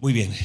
Muy bien.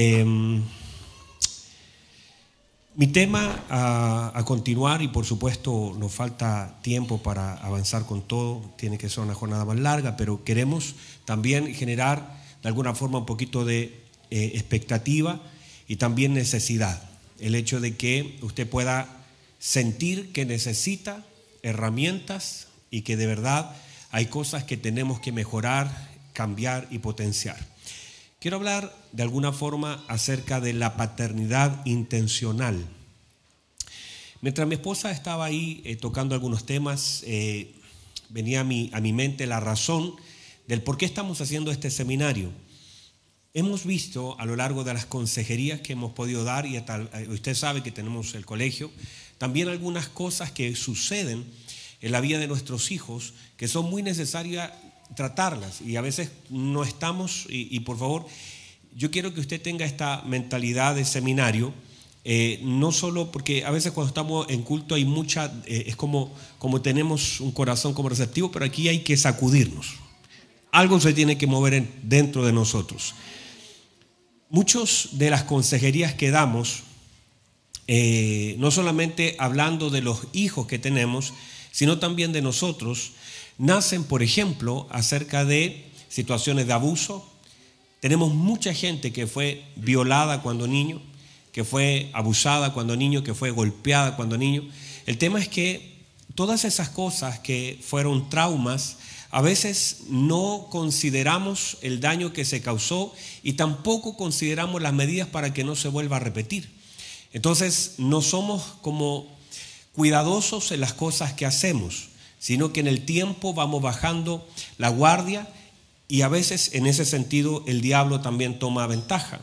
Mi tema a continuar, y por supuesto nos falta tiempo para avanzar con todo, tiene que ser una jornada más larga, pero queremos también generar de alguna forma un poquito de expectativa y también necesidad. El hecho de que usted pueda sentir que necesita herramientas y que de verdad hay cosas que tenemos que mejorar, cambiar y potenciar. Quiero hablar de alguna forma acerca de la paternidad intencional. Mientras mi esposa estaba ahí tocando algunos temas, venía a mi mente la razón del por qué estamos haciendo este seminario. Hemos visto a lo largo de las consejerías que hemos podido dar, y usted sabe que tenemos el colegio, también algunas cosas que suceden en la vida de nuestros hijos que son muy necesarias tratarlas, y a veces no estamos, y por favor, yo quiero que usted tenga esta mentalidad de seminario, no solo porque a veces cuando estamos en culto hay mucha, es como tenemos un corazón como receptivo, pero aquí hay que sacudirnos, algo se tiene que mover dentro de nosotros. Muchos de las consejerías que damos, no solamente hablando de los hijos que tenemos, sino también de nosotros, nacen, por ejemplo, acerca de situaciones de abuso. Tenemos mucha gente que fue violada cuando niño, que fue abusada cuando niño, que fue golpeada cuando niño. El tema es que todas esas cosas que fueron traumas, a veces no consideramos el daño que se causó y tampoco consideramos las medidas para que no se vuelva a repetir. Entonces no somos como cuidadosos en las cosas que hacemos, sino que en el tiempo vamos bajando la guardia, y a veces en ese sentido el diablo también toma ventaja.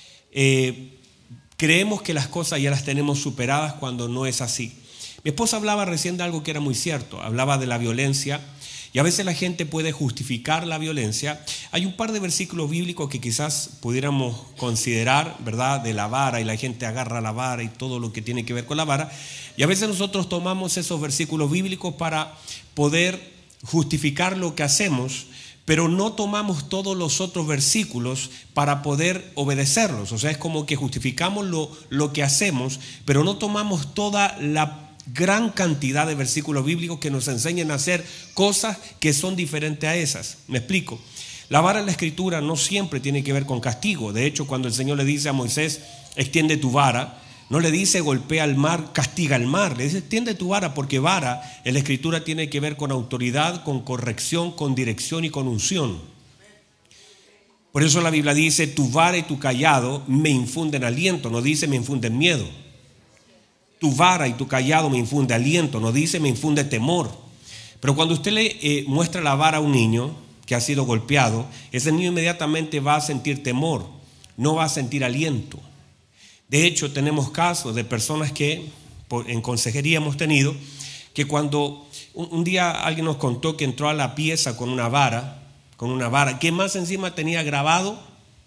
Creemos que las cosas ya las tenemos superadas cuando no es así. Mi esposa hablaba recién de algo que era muy cierto, hablaba de la violencia, y a veces la gente puede justificar la violencia. Hay un par de versículos bíblicos que quizás pudiéramos considerar, ¿verdad? De la vara, y la gente agarra la vara y todo lo que tiene que ver con la vara. Y a veces nosotros tomamos esos versículos bíblicos para poder justificar lo que hacemos, pero no tomamos todos los otros versículos para poder obedecerlos. O sea, es como que justificamos lo que hacemos, pero no tomamos toda la gran cantidad de versículos bíblicos que nos enseñan a hacer cosas que son diferentes a esas. Me explico. La vara en la Escritura no siempre tiene que ver con castigo. De hecho, cuando el Señor le dice a Moisés, extiende tu vara, no le dice golpea al mar, castiga al mar. Le dice extiende tu vara, porque vara en la Escritura tiene que ver con autoridad, con corrección, con dirección y con unción. Por eso la Biblia dice tu vara y tu cayado me infunden aliento. No dice me infunden miedo. Tu vara y tu cayado me infunde aliento. No dice me infunde temor. Pero cuando usted le muestra la vara a un niño que ha sido golpeado, ese niño inmediatamente va a sentir temor, no va a sentir aliento. De hecho, tenemos casos de personas que en consejería hemos tenido, que cuando un día alguien nos contó que entró a la pieza con una vara, que más encima tenía grabado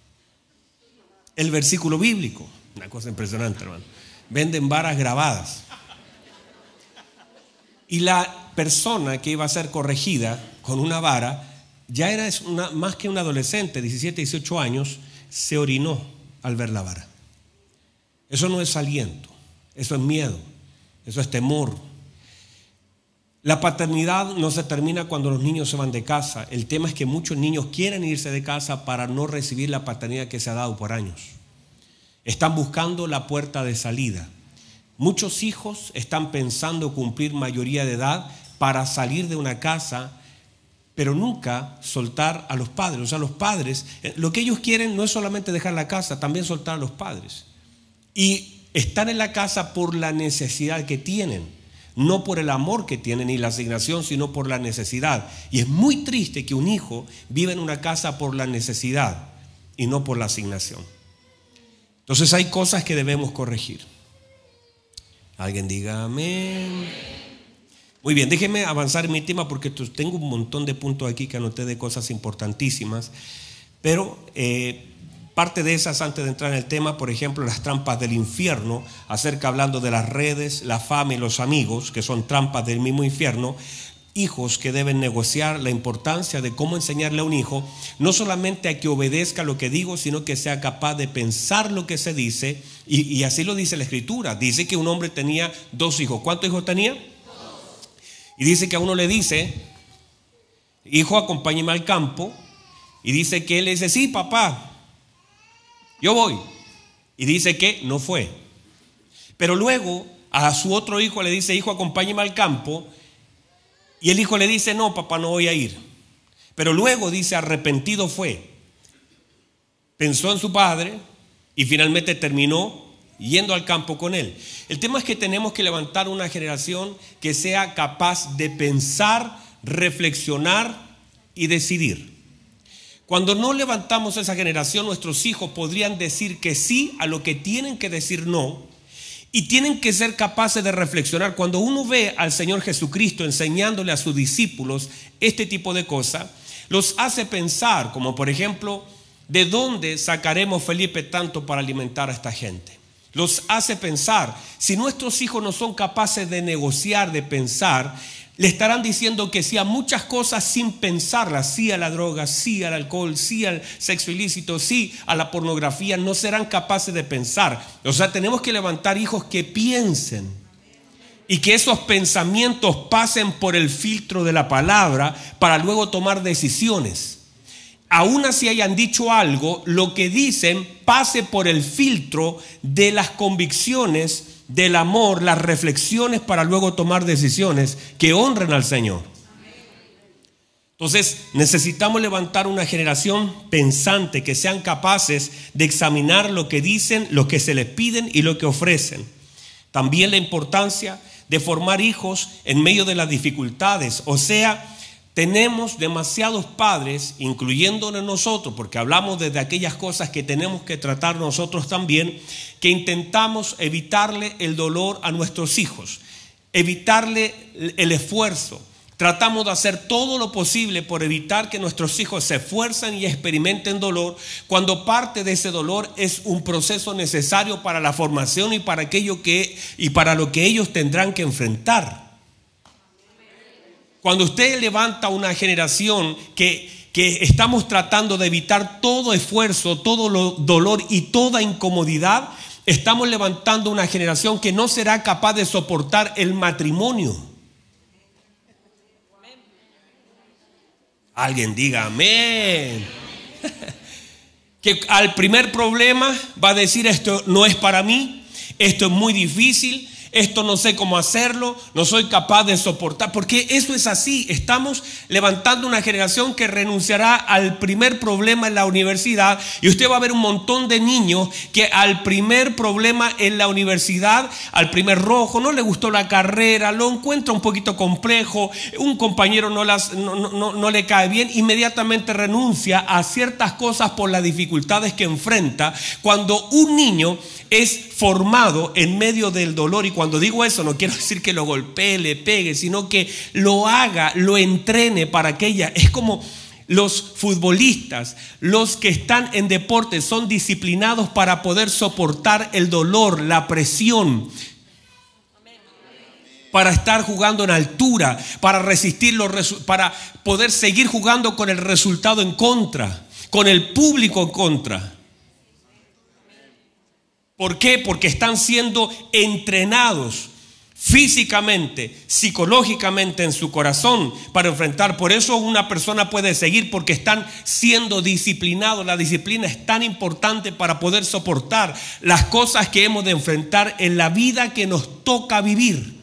el versículo bíblico. Una cosa impresionante, hermano. Venden varas grabadas. Y la persona que iba a ser corregida con una vara, ya era más que un adolescente, 17, 18 años, se orinó al ver la vara. Eso no es aliento, eso es miedo, eso es temor. La paternidad no se termina cuando los niños se van de casa. El tema es que muchos niños quieren irse de casa para no recibir la paternidad que se ha dado por años. Están buscando la puerta de salida. Muchos hijos están pensando cumplir mayoría de edad para salir de una casa, pero nunca soltar a los padres. O sea, los padres, lo que ellos quieren no es solamente dejar la casa, también soltar a los padres. Y están en la casa por la necesidad que tienen, no por el amor que tienen y la asignación, sino por la necesidad. Y es muy triste que un hijo viva en una casa por la necesidad y no por la asignación. Entonces hay cosas que debemos corregir. Alguien diga amén. Muy bien, déjenme avanzar en mi tema porque tengo un montón de puntos aquí que anoté de cosas importantísimas, pero parte de esas, antes de entrar en el tema, por ejemplo, las trampas del infierno, hablando de las redes, la fama y los amigos, que son trampas del mismo infierno. hijos que deben negociar la importancia de cómo enseñarle a un hijo, no solamente a que obedezca lo que digo, sino que sea capaz de pensar lo que se dice, y así lo dice la Escritura. Dice que un hombre tenía 2 hijos. ¿Cuántos hijos tenía? 2. Y dice que a uno le dice: hijo, acompáñeme al campo. Y dice que él le dice: sí, papá, yo voy. Y dice que no fue. Pero luego a su otro hijo le dice: hijo, acompáñeme al campo. Y el hijo le dice: no, papá, no voy a ir. Pero luego dice: arrepentido fue. Pensó en su padre y finalmente terminó yendo al campo con él. El tema es que tenemos que levantar una generación que sea capaz de pensar, reflexionar y decidir. Cuando no levantamos esa generación, nuestros hijos podrían decir que sí a lo que tienen que decir no, y tienen que ser capaces de reflexionar. Cuando uno ve al Señor Jesucristo enseñándole a sus discípulos este tipo de cosas, los hace pensar, como por ejemplo: ¿de dónde sacaremos, Felipe, tanto para alimentar a esta gente? Los hace pensar. Si nuestros hijos no son capaces de negociar, de pensar, le estarán diciendo que sí a muchas cosas sin pensarlas. Sí a la droga, sí al alcohol, sí al sexo ilícito, sí a la pornografía. No serán capaces de pensar. O sea, tenemos que levantar hijos que piensen, y que esos pensamientos pasen por el filtro de la palabra para luego tomar decisiones. Aún así hayan dicho algo, lo que dicen pase por el filtro de las convicciones, del amor, las reflexiones, para luego tomar decisiones que honren al Señor. Entonces necesitamos levantar una generación pensante, que sean capaces de examinar lo que dicen, lo que se les piden y lo que ofrecen. También la importancia de formar hijos en medio de las dificultades. O sea, tenemos demasiados padres, incluyéndonos nosotros, porque hablamos desde aquellas cosas que tenemos que tratar nosotros también, que intentamos evitarle el dolor a nuestros hijos, evitarle el esfuerzo. Tratamos de hacer todo lo posible por evitar que nuestros hijos se esfuercen y experimenten dolor, cuando parte de ese dolor es un proceso necesario para la formación y para lo que ellos tendrán que enfrentar. Cuando usted levanta una generación que estamos tratando de evitar todo esfuerzo, todo dolor y toda incomodidad, estamos levantando una generación que no será capaz de soportar el matrimonio. Alguien diga amén. Que al primer problema va a decir: esto no es para mí, esto es muy difícil, esto no sé cómo hacerlo, no soy capaz de soportar. Porque eso es así. Estamos levantando una generación que renunciará al primer problema en la universidad. Y usted va a ver un montón de niños que al primer problema en la universidad, al primer rojo, no le gustó la carrera, lo encuentra un poquito complejo, un compañero no le cae bien, inmediatamente renuncia a ciertas cosas por las dificultades que enfrenta. Cuando un niño es formado en medio del dolor, y cuando digo eso no quiero decir que lo golpee, le pegue, sino que lo haga, lo entrene para que ella, es como los futbolistas, los que están en deporte son disciplinados para poder soportar el dolor, la presión, para estar jugando en altura, para resistir para poder seguir jugando con el resultado en contra, con el público en contra. ¿Por qué? Porque están siendo entrenados físicamente, psicológicamente en su corazón para enfrentar. Por eso una persona puede seguir, porque están siendo disciplinados. La disciplina es tan importante para poder soportar las cosas que hemos de enfrentar en la vida que nos toca vivir.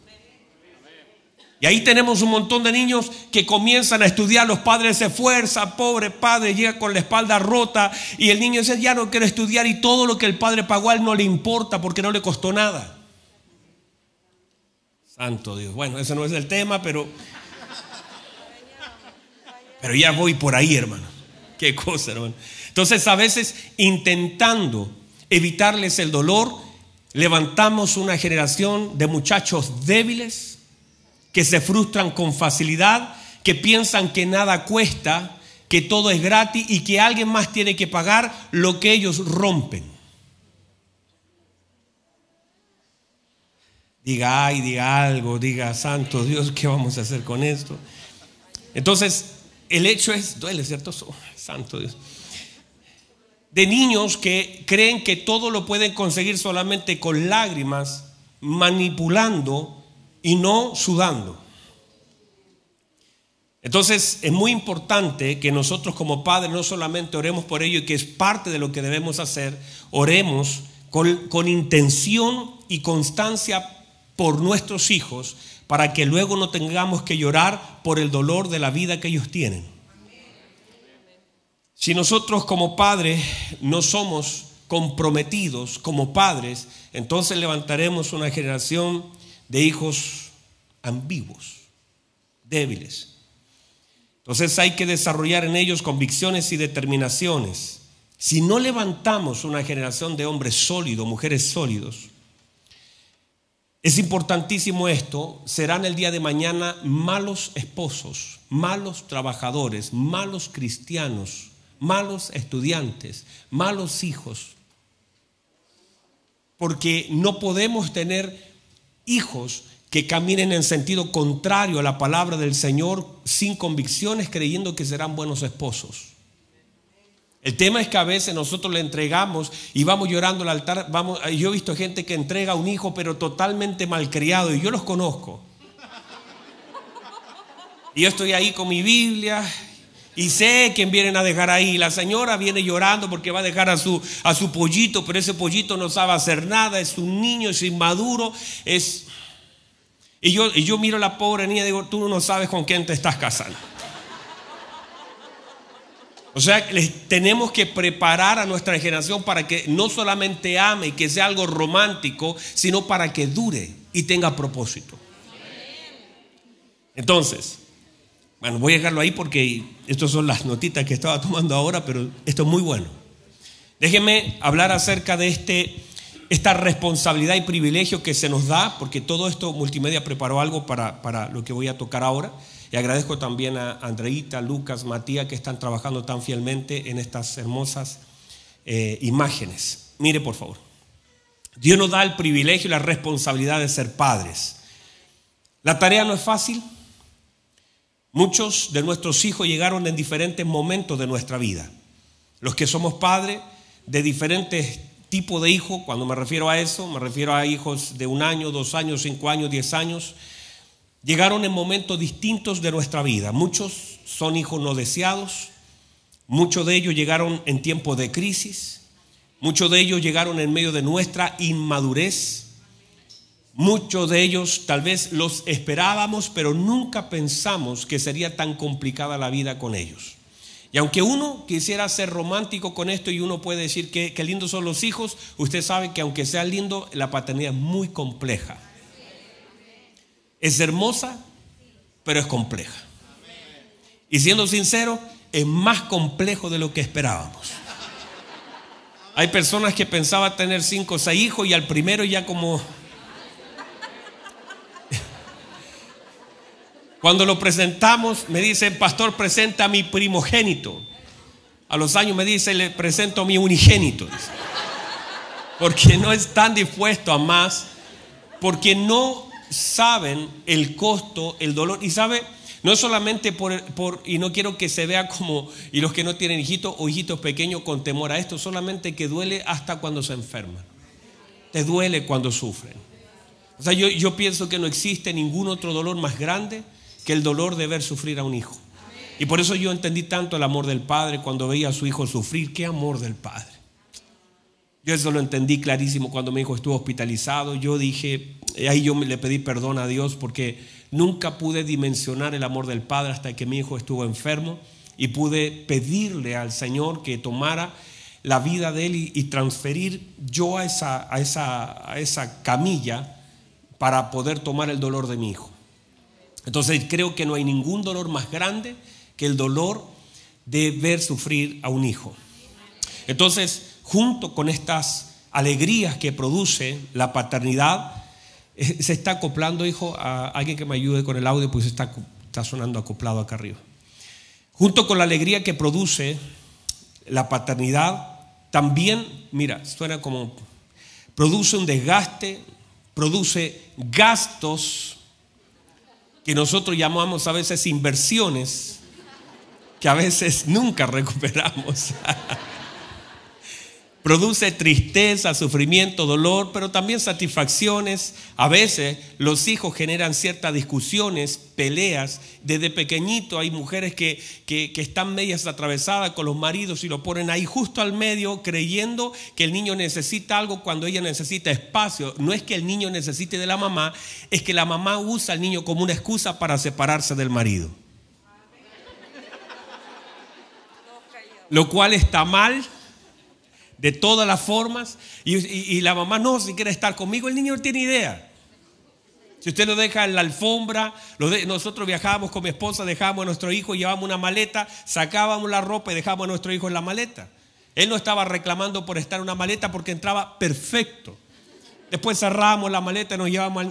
Y ahí tenemos un montón de niños que comienzan a estudiar, los padres se esfuerzan, pobre padre llega con la espalda rota y el niño dice: ya no quiero estudiar, y todo lo que el padre pagó a él no le importa porque no le costó nada. Santo Dios. Bueno, ese no es el tema, pero ya voy por ahí, hermano. Qué cosa, hermano. Entonces, a veces, intentando evitarles el dolor, levantamos una generación de muchachos débiles, que se frustran con facilidad, que piensan que nada cuesta, que todo es gratis y que alguien más tiene que pagar lo que ellos rompen. diga ay, diga algo, diga santo Dios, ¿qué vamos a hacer con esto? Entonces, el hecho es, duele, ¿cierto? Santo Dios. De niños que creen que todo lo pueden conseguir solamente con lágrimas, manipulando y no sudando. Entonces es muy importante que nosotros como padres no solamente oremos por ello, y que es parte de lo que debemos hacer, oremos con intención y constancia por nuestros hijos, para que luego no tengamos que llorar por el dolor de la vida que ellos tienen. Si nosotros como padres no somos comprometidos como padres, entonces levantaremos una generación de hijos ambiguos, débiles. Entonces hay que desarrollar en ellos convicciones y determinaciones. Si no levantamos una generación de hombres sólidos, mujeres sólidos, es importantísimo esto, serán el día de mañana malos esposos, malos trabajadores, malos cristianos, malos estudiantes, malos hijos. Porque no podemos tener hijos que caminen en sentido contrario a la palabra del Señor, sin convicciones, creyendo que serán buenos esposos. El tema es que a veces nosotros le entregamos y vamos llorando al altar. Yo he visto gente que entrega a un hijo pero totalmente malcriado, y yo los conozco. Y yo estoy ahí con mi Biblia y sé quién vienen a dejar ahí. La señora viene llorando porque va a dejar a su pollito, pero ese pollito no sabe hacer nada, es un niño, es inmaduro, Y yo miro a la pobre niña y digo, tú no sabes con quién te estás casando. O sea, les tenemos que preparar a nuestra generación para que no solamente ame y que sea algo romántico, sino para que dure y tenga propósito. Entonces, bueno, voy a dejarlo ahí porque estas son las notitas que estaba tomando ahora, pero esto es muy bueno. Déjenme hablar acerca de esta responsabilidad y privilegio que se nos da, porque todo esto Multimedia preparó algo para lo que voy a tocar ahora. Y agradezco también a Andreita, Lucas, Matías, que están trabajando tan fielmente en estas hermosas imágenes. Mire, por favor. Dios nos da el privilegio y la responsabilidad de ser padres. La tarea no es fácil. Muchos de nuestros hijos llegaron en diferentes momentos de nuestra vida. Los que somos padres de diferentes tipos de hijos, cuando me refiero a eso, me refiero a hijos de 1 año, 2 años, 5 años, 10 años. Llegaron en momentos distintos de nuestra vida. Muchos son hijos no deseados. Muchos de ellos llegaron en tiempos de crisis. Muchos de ellos llegaron en medio de nuestra inmadurez. Muchos de ellos tal vez los esperábamos, pero nunca pensamos que sería tan complicada la vida con ellos. Y aunque uno quisiera ser romántico con esto y uno puede decir que lindos son los hijos, usted sabe que aunque sea lindo, la paternidad es muy compleja. Es hermosa, pero es compleja. Y siendo sincero, es más complejo de lo que esperábamos. Hay personas que pensaban tener 5 o 6 hijos y al primero ya como... Cuando lo presentamos, me dicen, pastor, presenta a mi primogénito. A los años me dice, le presento a mi unigénito. Porque no están dispuestos a más, porque no saben el costo, el dolor. Y sabe, no es solamente y no quiero que se vea como, y los que no tienen hijitos o hijitos pequeños con temor a esto, solamente que duele hasta cuando se enferman. Te duele cuando sufren. O sea, yo pienso que no existe ningún otro dolor más grande que el dolor de ver sufrir a un hijo. Y por eso yo entendí tanto el amor del padre cuando veía a su hijo sufrir. ¡Qué amor del padre! Yo eso lo entendí clarísimo cuando mi hijo estuvo hospitalizado. Yo dije, ahí yo le pedí perdón a Dios porque nunca pude dimensionar el amor del padre hasta que mi hijo estuvo enfermo y pude pedirle al Señor que tomara la vida de él y transferir yo a esa camilla para poder tomar el dolor de mi hijo. Entonces creo que no hay ningún dolor más grande que el dolor de ver sufrir a un hijo. Entonces, junto con estas alegrías que produce la paternidad, se está acoplando, hijo, a alguien que me ayude con el audio, pues está sonando acoplado acá arriba. Junto con la alegría que produce la paternidad, también, mira, suena como, produce un desgaste, produce gastos que nosotros llamamos a veces inversiones, que a veces nunca recuperamos. Produce tristeza, sufrimiento, dolor, pero también satisfacciones. A veces los hijos generan ciertas discusiones, peleas. Desde pequeñito hay mujeres que están medias atravesadas con los maridos y lo ponen ahí justo al medio, creyendo que el niño necesita algo cuando ella necesita espacio. No es que el niño necesite de la mamá, es que la mamá usa al niño como una excusa para separarse del marido. Lo cual está mal de todas las formas, y la mamá no, si quiere estar conmigo, el niño no tiene idea. Si usted lo deja en la alfombra, nosotros viajábamos con mi esposa, dejábamos a nuestro hijo, llevábamos una maleta, sacábamos la ropa y dejábamos a nuestro hijo en la maleta. Él no estaba reclamando por estar en una maleta porque entraba perfecto. Después cerrábamos la maleta y nos llevábamos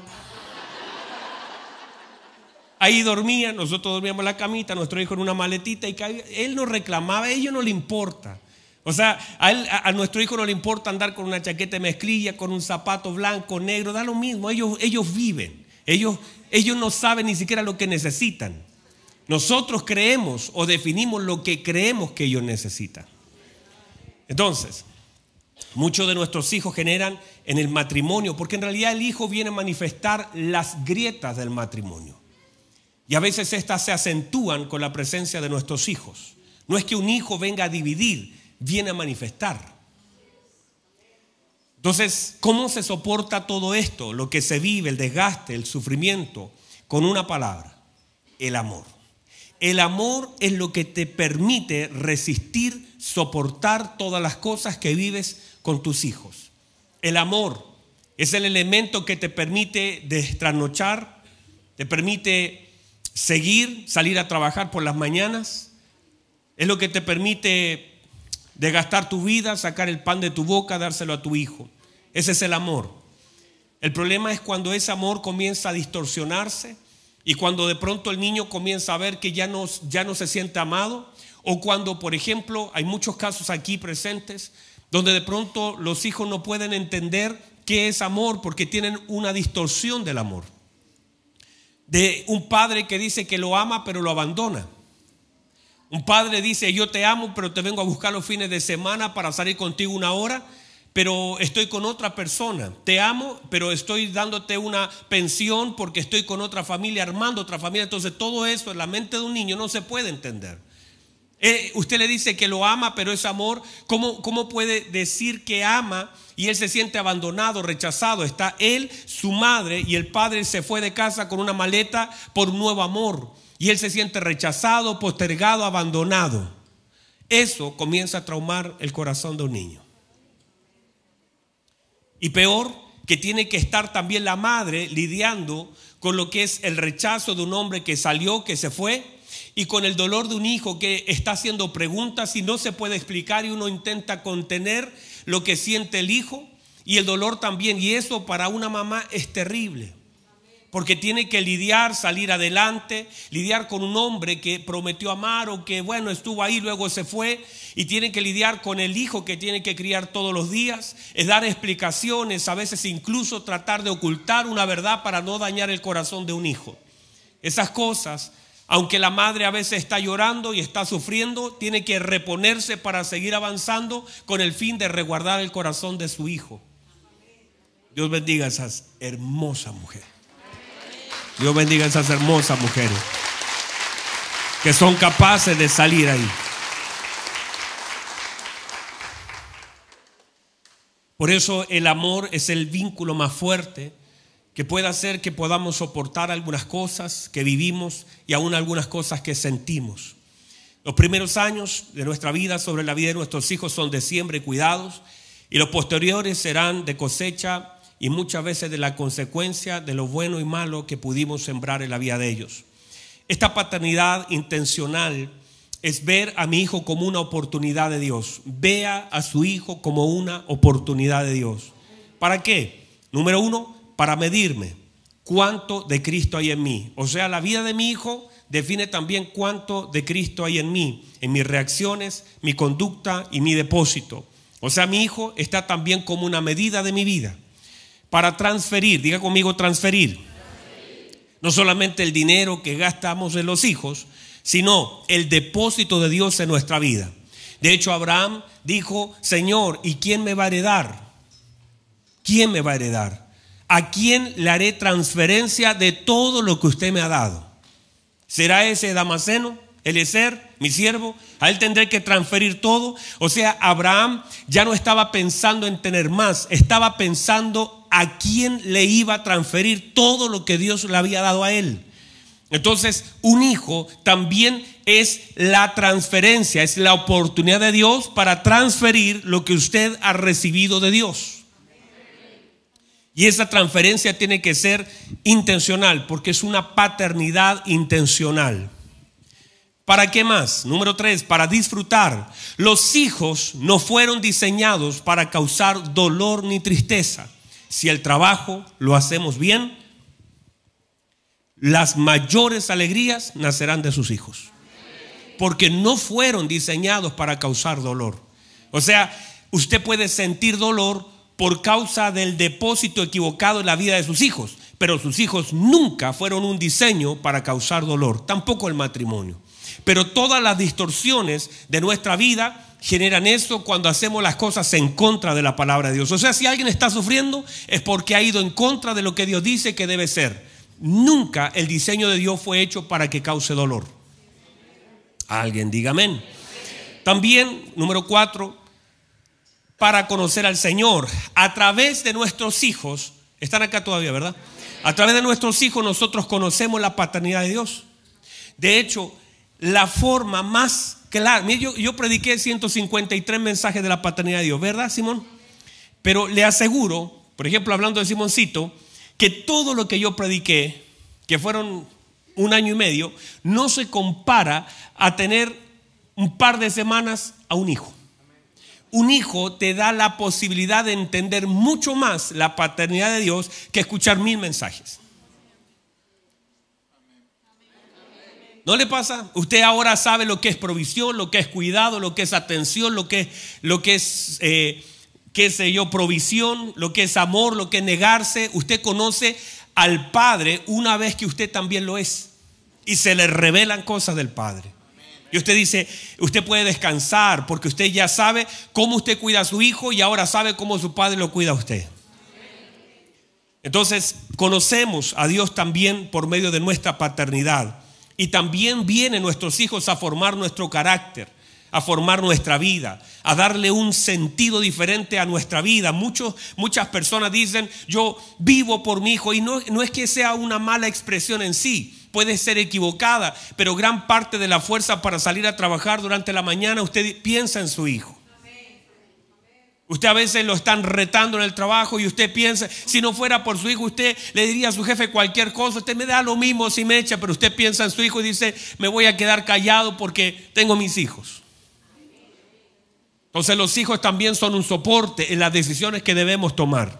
ahí dormía, nosotros dormíamos en la camita, nuestro hijo en una maletita y caía. Él no reclamaba, a ellos no le importa. O sea, a nuestro hijo no le importa andar con una chaqueta de mezclilla, con un zapato blanco, negro, da lo mismo. Ellos viven, ellos no saben ni siquiera lo que necesitan. Nosotros creemos o definimos lo que creemos que ellos necesitan. Entonces, muchos de nuestros hijos generan en el matrimonio, porque en realidad el hijo viene a manifestar las grietas del matrimonio. Y a veces estas se acentúan con la presencia de nuestros hijos. No es que un hijo venga a dividir, viene a manifestar. Entonces, ¿cómo se soporta todo esto? Lo que se vive, el desgaste, el sufrimiento, con una palabra: el amor. El amor es lo que te permite resistir, soportar todas las cosas que vives con tus hijos. El amor es el elemento que te permite destrasnochar, te permite seguir, salir a trabajar por las mañanas. Es lo que te permite de gastar tu vida, sacar el pan de tu boca, dárselo a tu hijo. Ese es el amor. El problema es cuando ese amor comienza a distorsionarse y cuando de pronto el niño comienza a ver que ya no se siente amado, o cuando, por ejemplo, hay muchos casos aquí presentes donde de pronto los hijos no pueden entender qué es amor porque tienen una distorsión del amor. De un padre que dice que lo ama pero lo abandona. Un padre dice: yo te amo, pero te vengo a buscar los fines de semana para salir contigo una hora, pero estoy con otra persona. Te amo, pero estoy dándote una pensión porque estoy con otra familia, armando otra familia. Entonces todo eso en la mente de un niño no se puede entender. Usted le dice que lo ama, pero es amor. ¿Cómo puede decir que ama y él se siente abandonado, rechazado? Está él, su madre, y el padre se fue de casa con una maleta por un nuevo amor. Y él se siente rechazado, postergado, abandonado. Eso comienza a traumar el corazón de un niño. Y peor, que tiene que estar también la madre lidiando con lo que es el rechazo de un hombre que salió, que se fue, y con el dolor de un hijo que está haciendo preguntas y no se puede explicar, y uno intenta contener lo que siente el hijo y el dolor también. Y eso para una mamá es terrible. Porque tiene que lidiar, salir adelante, lidiar con un hombre que prometió amar o que, bueno, estuvo ahí, luego se fue. Y tiene que lidiar con el hijo que tiene que criar todos los días. Es dar explicaciones, a veces incluso tratar de ocultar una verdad para no dañar el corazón de un hijo. Esas cosas, aunque la madre a veces está llorando y está sufriendo, tiene que reponerse para seguir avanzando con el fin de resguardar el corazón de su hijo. Dios bendiga a esas hermosas mujeres. Dios bendiga a esas hermosas mujeres que son capaces de salir ahí. Por eso el amor es el vínculo más fuerte que puede hacer que podamos soportar algunas cosas que vivimos y aún algunas cosas que sentimos. Los primeros años de nuestra vida sobre la vida de nuestros hijos son de siembra y cuidados, y los posteriores serán de cosecha y muchas veces de la consecuencia de lo bueno y malo que pudimos sembrar en la vida de ellos. Esta paternidad intencional es ver a mi hijo como una oportunidad de Dios. Vea a su hijo como una oportunidad de Dios. ¿Para qué? Número uno, para medirme cuánto de Cristo hay en mí. O sea, la vida de mi hijo define también cuánto de Cristo hay en mí, en mis reacciones, mi conducta y mi depósito. O sea, mi hijo está también como una medida de mi vida. para transferir, diga conmigo transferir. No solamente el dinero que gastamos en los hijos, sino el depósito de Dios en nuestra vida. De hecho, Abraham dijo: Señor, ¿y quién me va a heredar? ¿Quién me va a heredar? ¿A quién le haré transferencia de todo lo que usted me ha dado? ¿Será ese Damaseno, Eliezer, mi siervo? A él tendré que transferir todo. O sea, Abraham ya no estaba pensando en tener más, estaba pensando a quién le iba a transferir todo lo que Dios le había dado a él. Entonces, un hijo también es la transferencia, es la oportunidad de Dios para transferir lo que usted ha recibido de Dios. Y esa transferencia tiene que ser intencional, porque es una paternidad intencional. ¿Para qué más? Número 3, para disfrutar. Los hijos no fueron diseñados para causar dolor ni tristeza. Si el trabajo lo hacemos bien, las mayores alegrías nacerán de sus hijos. Porque no fueron diseñados para causar dolor. O sea, usted puede sentir dolor por causa del depósito equivocado en la vida de sus hijos, pero sus hijos nunca fueron un diseño para causar dolor, tampoco el matrimonio. Pero todas las distorsiones de nuestra vida generan eso cuando hacemos las cosas en contra de la palabra de Dios. O sea, si alguien está sufriendo es porque ha ido en contra de lo que Dios dice que debe ser. Nunca el diseño de Dios fue hecho para que cause dolor. Alguien diga amén. También, número 4, para conocer al Señor. A través de nuestros hijos, están acá todavía, ¿verdad? A través de nuestros hijos nosotros conocemos la paternidad de Dios. De hecho, la forma más clara, mire, yo prediqué 153 mensajes de la paternidad de Dios, ¿verdad, Simón? Pero le aseguro, por ejemplo, hablando de Simoncito, que todo lo que yo prediqué, que fueron 1 año y medio, no se compara a tener un par de semanas a un hijo. Un hijo te da la posibilidad de entender mucho más la paternidad de Dios que escuchar 1000 mensajes. ¿No le pasa? Usted ahora sabe lo que es provisión, lo que es cuidado, lo que es atención, lo que es qué sé yo, provisión, lo que es amor, lo que es negarse. Usted conoce al Padre una vez que usted también lo es. Y se le revelan cosas del Padre. Y usted dice, usted puede descansar porque usted ya sabe cómo usted cuida a su hijo y ahora sabe cómo su padre lo cuida a usted. Entonces, conocemos a Dios también por medio de nuestra paternidad. Y también vienen nuestros hijos a formar nuestro carácter, a formar nuestra vida, a darle un sentido diferente a nuestra vida. Muchas personas dicen, yo vivo por mi hijo, y no es que sea una mala expresión en sí. Puede ser equivocada, pero gran parte de la fuerza para salir a trabajar durante la mañana usted piensa en su hijo. Usted a veces lo están retando en el trabajo y usted piensa, si no fuera por su hijo, usted le diría a su jefe cualquier cosa. Usted me da lo mismo si me echa, pero usted piensa en su hijo y dice, me voy a quedar callado porque tengo mis hijos. Entonces los hijos también son un soporte en las decisiones que debemos tomar.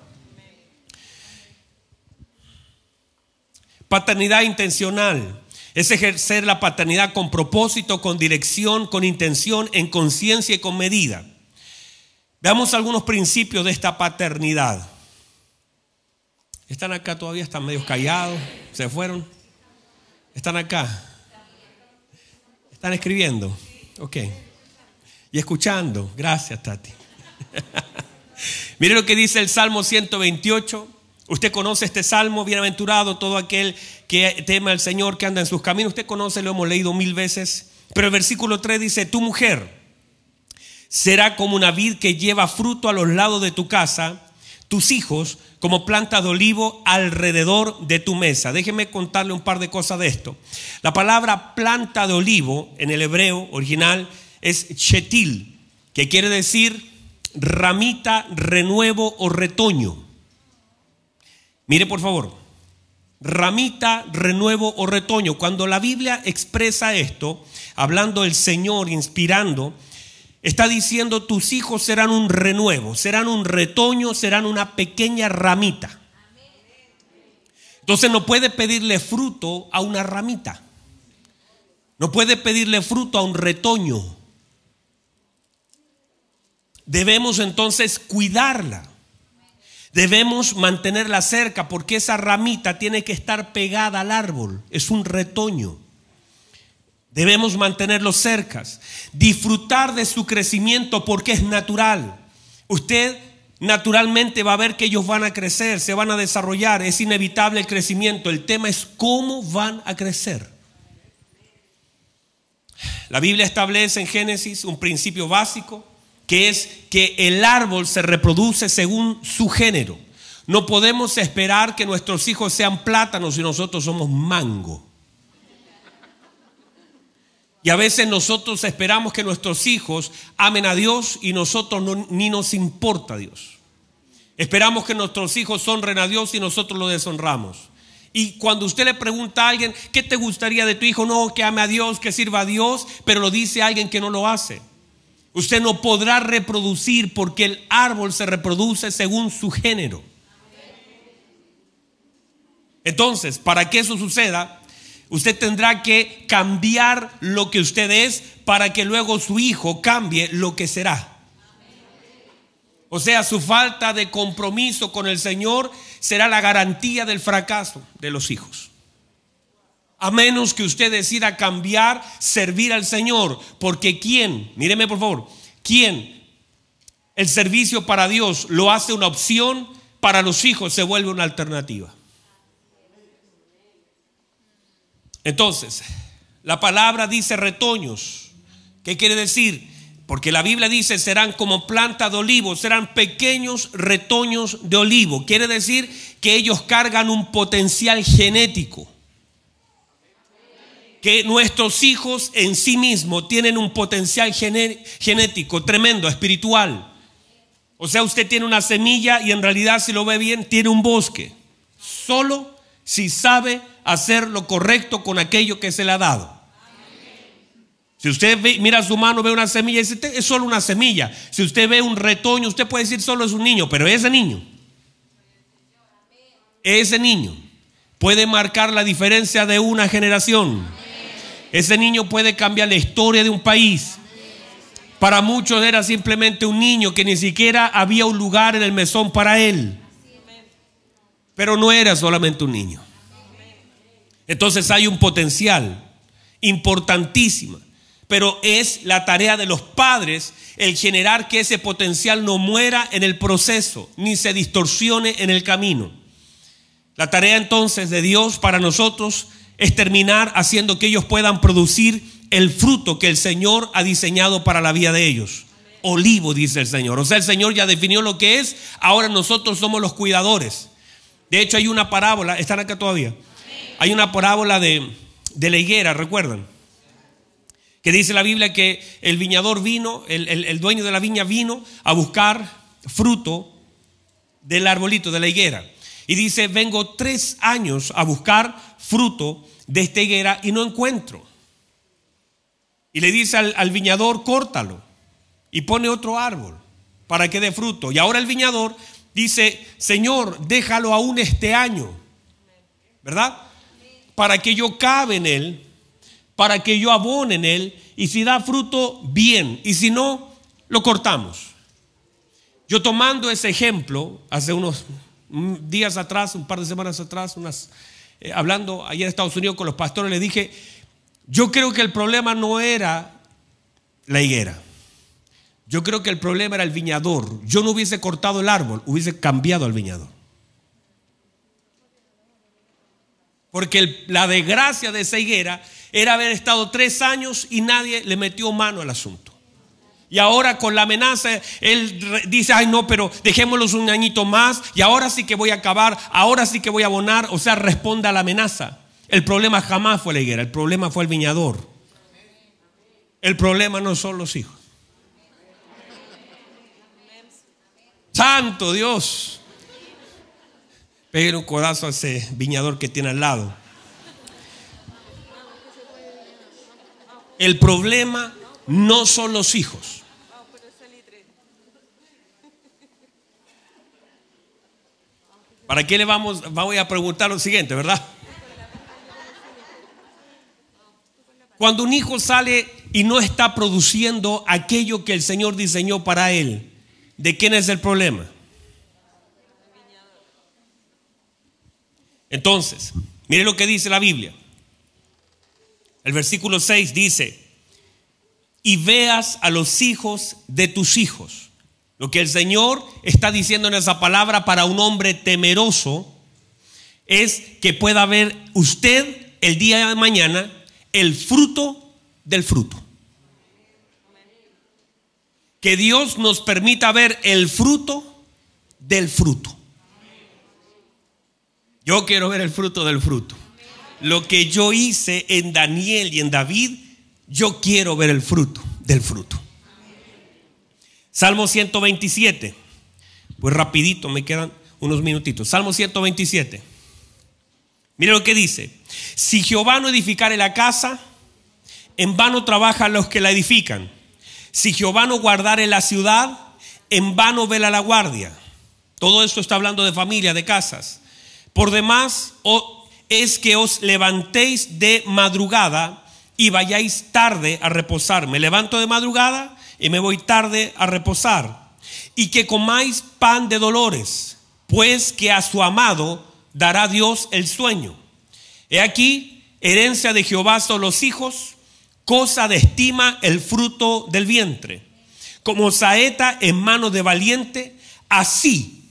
Paternidad intencional es ejercer la paternidad con propósito, con dirección, con intención, en conciencia y con medida. Veamos algunos principios de esta paternidad. ¿Están acá todavía? ¿Están medio callados? ¿Se fueron? ¿Están acá? ¿Están escribiendo? Ok. Y escuchando. Gracias, Tati. Mire lo que dice el Salmo 128. Usted conoce este salmo: bienaventurado todo aquel que teme al Señor, que anda en sus caminos. Usted conoce, lo hemos leído 1000 veces. Pero el versículo 3 dice: tu mujer será como una vid que lleva fruto a los lados de tu casa, tus hijos como plantas de olivo alrededor de tu mesa. Déjeme contarle un par de cosas de esto. La palabra planta de olivo en el hebreo original es shetil, que quiere decir ramita, renuevo o retoño. Mire por favor, ramita, renuevo o retoño. Cuando la Biblia expresa esto, hablando el Señor, inspirando, está diciendo: tus hijos serán un renuevo, serán un retoño, serán una pequeña ramita. Entonces no puede pedirle fruto a una ramita, no puede pedirle fruto a un retoño. Debemos entonces cuidarla. Debemos mantenerla cerca porque esa ramita tiene que estar pegada al árbol. Es un retoño. Debemos mantenerlos cerca. Disfrutar de su crecimiento porque es natural. Usted naturalmente va a ver que ellos van a crecer, se van a desarrollar. Es inevitable el crecimiento. El tema es cómo van a crecer. La Biblia establece en Génesis un principio básico, que es que el árbol se reproduce según su género. No podemos esperar que nuestros hijos sean plátanos si nosotros somos mango. Y a veces nosotros esperamos que nuestros hijos amen a Dios y nosotros ni nos importa Dios. Esperamos que nuestros hijos honren a Dios y nosotros lo deshonramos. Y cuando usted le pregunta a alguien, ¿qué te gustaría de tu hijo? No, que ame a Dios, que sirva a Dios, pero lo dice alguien que no lo hace. Usted no podrá reproducir porque el árbol se reproduce según su género. Entonces, para que eso suceda, usted tendrá que cambiar lo que usted es para que luego su hijo cambie lo que será. O sea, su falta de compromiso con el Señor será la garantía del fracaso de los hijos. A menos que usted decida cambiar, servir al Señor. Porque ¿quién? Míreme por favor. ¿Quién? El servicio para Dios lo hace una opción, para los hijos se vuelve una alternativa. Entonces, la palabra dice retoños. ¿Qué quiere decir? Porque la Biblia dice serán como planta de olivo, serán pequeños retoños de olivo. Quiere decir que ellos cargan un potencial genético. Que nuestros hijos en sí mismos tienen un potencial genético tremendo, espiritual. O sea, usted tiene una semilla y en realidad, si lo ve bien, tiene un bosque. Solo si sabe hacer lo correcto con aquello que se le ha dado. Si usted mira su mano, ve una semilla y dice, es solo una semilla. Si usted ve un retoño, usted puede decir solo es un niño, pero ese niño puede marcar la diferencia de una generación. Ese niño puede cambiar la historia de un país. Para muchos era simplemente un niño que ni siquiera había un lugar en el mesón para él. Pero no era solamente un niño. Entonces hay un potencial importantísimo. Pero es la tarea de los padres el generar que ese potencial no muera en el proceso, ni se distorsione en el camino. La tarea entonces de Dios para nosotros es terminar haciendo que ellos puedan producir el fruto que el Señor ha diseñado para la vida de ellos. Olivo, dice el Señor. O sea, el Señor ya definió lo que es. Ahora nosotros somos los cuidadores. De hecho, hay una parábola. ¿Están acá todavía? Hay una parábola de la higuera, ¿recuerdan? Que dice la Biblia que el viñador vino, el dueño de la viña vino a buscar fruto del arbolito, de la higuera. Y dice, vengo 3 años a buscar fruto de esta higuera y no encuentro. Y le dice al viñador, córtalo y pone otro árbol para que dé fruto. Y ahora el viñador dice, Señor, déjalo aún este año, ¿verdad? Para que yo cabe en él, para que yo abone en él, y si da fruto, bien, y si no, lo cortamos. Yo tomando ese ejemplo, hace unos días atrás, un par de semanas atrás, hablando allá en Estados Unidos con los pastores, le dije, yo creo que el problema no era la higuera. Yo creo que el problema era el viñador. Yo no hubiese cortado el árbol, hubiese cambiado al viñador. Porque la desgracia de esa higuera era haber estado 3 años y nadie le metió mano al asunto. Y ahora con la amenaza, él dice, ay no, pero dejémoslos un añito más y ahora sí que voy a acabar, ahora sí que voy a abonar. O sea, responde a la amenaza. El problema jamás fue la higuera, el problema fue el viñador. El problema no son los hijos. Santo Dios. Pégale un codazo a ese viñador que tiene al lado. El problema no son los hijos. ¿Para qué le vamos a preguntar lo siguiente, verdad? Cuando un hijo sale y no está produciendo aquello que el Señor diseñó para él, ¿de quién es el problema? Entonces, mire lo que dice la Biblia. El versículo 6 dice: y veas a los hijos de tus hijos. Lo que el Señor está diciendo en esa palabra para un hombre temeroso es que pueda ver usted el día de mañana el fruto del fruto. Que Dios nos permita ver el fruto del fruto. Yo quiero ver el fruto del fruto. Lo que yo hice en Daniel y en David, yo quiero ver el fruto del fruto. Salmo 127. Pues rapidito, me quedan unos minutitos. Salmo 127. Mire lo que dice: si Jehová no edificare la casa, en vano trabajan los que la edifican. Si Jehová no guardare la ciudad, en vano vela la guardia. Todo esto está hablando de familia, de casas. Por demás es que os levantéis de madrugada y vayáis tarde a reposar. Me levanto de madrugada y me voy tarde a reposar. Y que comáis pan de dolores, pues que a su amado dará Dios el sueño. He aquí, herencia de Jehová son los hijos, cosa de estima el fruto del vientre. Como saeta en mano de valiente, así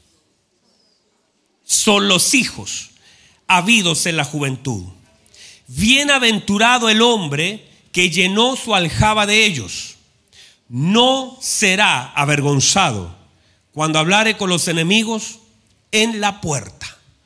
son los hijos habidos en la juventud. Bienaventurado el hombre que llenó su aljaba de ellos. No será avergonzado cuando hablare con los enemigos en la puerta.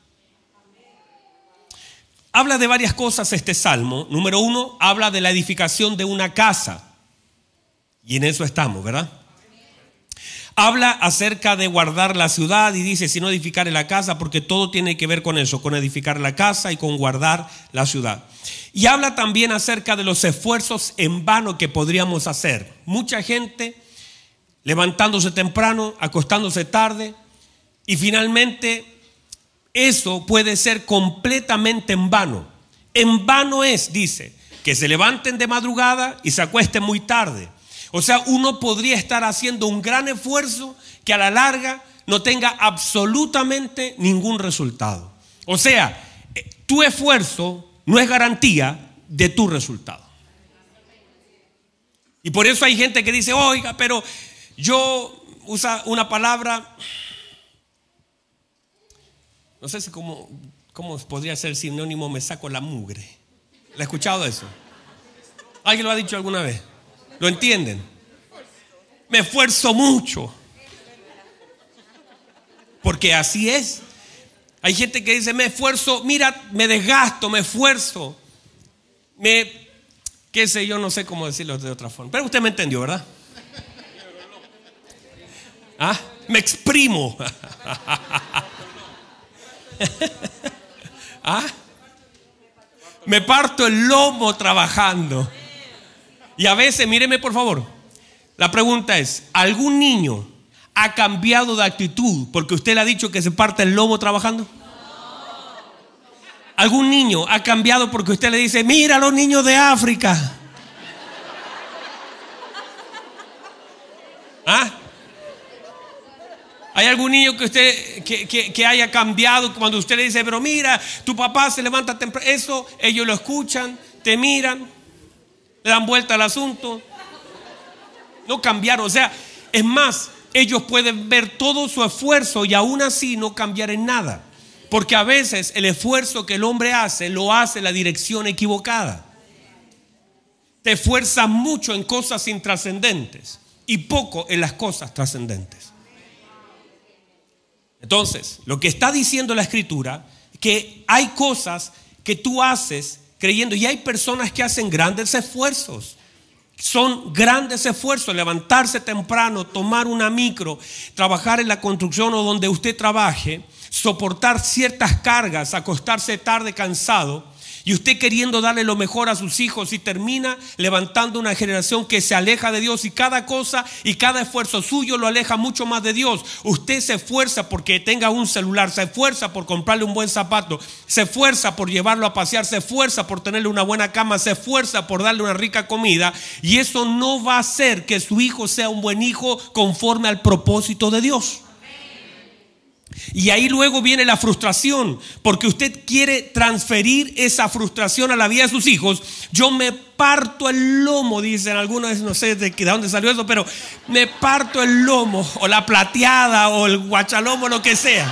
Habla de varias cosas este salmo. Número 1, habla de la edificación de una casa. Y en eso estamos, ¿verdad? Habla acerca de guardar la ciudad y dice: si no edificare la casa, porque todo tiene que ver con eso, con edificar la casa y con guardar la ciudad. Y habla también acerca de los esfuerzos en vano que podríamos hacer. Mucha gente levantándose temprano, acostándose tarde, y finalmente eso puede ser completamente en vano. En vano es, dice, que se levanten de madrugada y se acuesten muy tarde. O sea, uno podría estar haciendo un gran esfuerzo que a la larga no tenga absolutamente ningún resultado. O sea, tu esfuerzo no es garantía de tu resultado. Y por eso hay gente que dice: oiga, pero yo usa una palabra, no sé si cómo podría ser sinónimo, me saco la mugre. ¿Le ha escuchado eso? ¿Alguien lo ha dicho alguna vez? ¿Lo entienden? Me esfuerzo mucho. Porque así es. Hay gente que dice: me esfuerzo, mira, me desgasto, me esfuerzo. Qué sé yo, no sé cómo decirlo de otra forma. Pero usted me entendió, ¿verdad? ¿Ah? Me exprimo. ¿Ah? Me parto el lomo trabajando. Y a veces, míreme por favor, la pregunta es: ¿algún niño ha cambiado de actitud porque usted le ha dicho que se parte el lomo trabajando? ¿Algún niño ha cambiado porque usted le dice: mira a los niños de África? ¿Ah? ¿Hay algún niño que usted que haya cambiado cuando usted le dice: pero mira, tu papá se levanta temprano? Eso ellos lo escuchan, te miran, le dan vuelta al asunto. No cambiaron. O sea, es más, ellos pueden ver todo su esfuerzo y aún así no cambiar en nada. Porque a veces el esfuerzo que el hombre hace, lo hace en la dirección equivocada. Te esfuerzas mucho en cosas intrascendentes y poco en las cosas trascendentes. Entonces, lo que está diciendo la Escritura, que hay cosas que tú haces creyendo, y hay personas que hacen grandes esfuerzos. Son grandes esfuerzos: levantarse temprano, tomar una micro, trabajar en la construcción o donde usted trabaje, soportar ciertas cargas, acostarse tarde cansado, y usted queriendo darle lo mejor a sus hijos, y termina levantando una generación que se aleja de Dios, y cada cosa y cada esfuerzo suyo lo aleja mucho más de Dios. Usted se esfuerza porque tenga un celular, se esfuerza por comprarle un buen zapato, se esfuerza por llevarlo a pasear, se esfuerza por tenerle una buena cama, se esfuerza por darle una rica comida, y eso no va a hacer que su hijo sea un buen hijo conforme al propósito de Dios. Y ahí luego viene la frustración, porque usted quiere transferir esa frustración a la vida de sus hijos. Yo me parto el lomo, dicen algunos, no sé de dónde salió eso, pero me parto el lomo, o la plateada, o el guachalomo, lo que sea.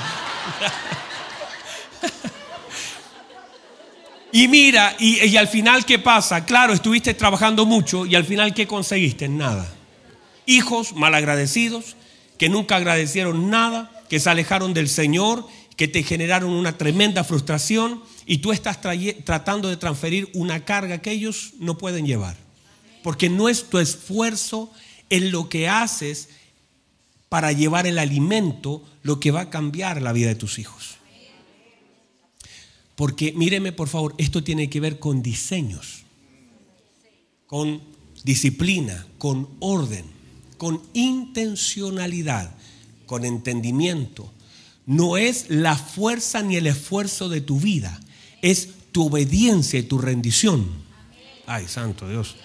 Y mira, y al final, ¿qué pasa? Claro, estuviste trabajando mucho y al final, ¿qué conseguiste? Nada. Hijos malagradecidos, que nunca agradecieron nada, que se alejaron del Señor, que te generaron una tremenda frustración, y tú estás tratando de transferir una carga que ellos no pueden llevar. Porque no es tu esfuerzo en lo que haces para llevar el alimento lo que va a cambiar la vida de tus hijos. Porque míreme por favor, esto tiene que ver con diseños, con disciplina, con orden, con intencionalidad, con entendimiento. No es la fuerza ni el esfuerzo de tu vida, es tu obediencia y tu rendición. Ay, santo Dios.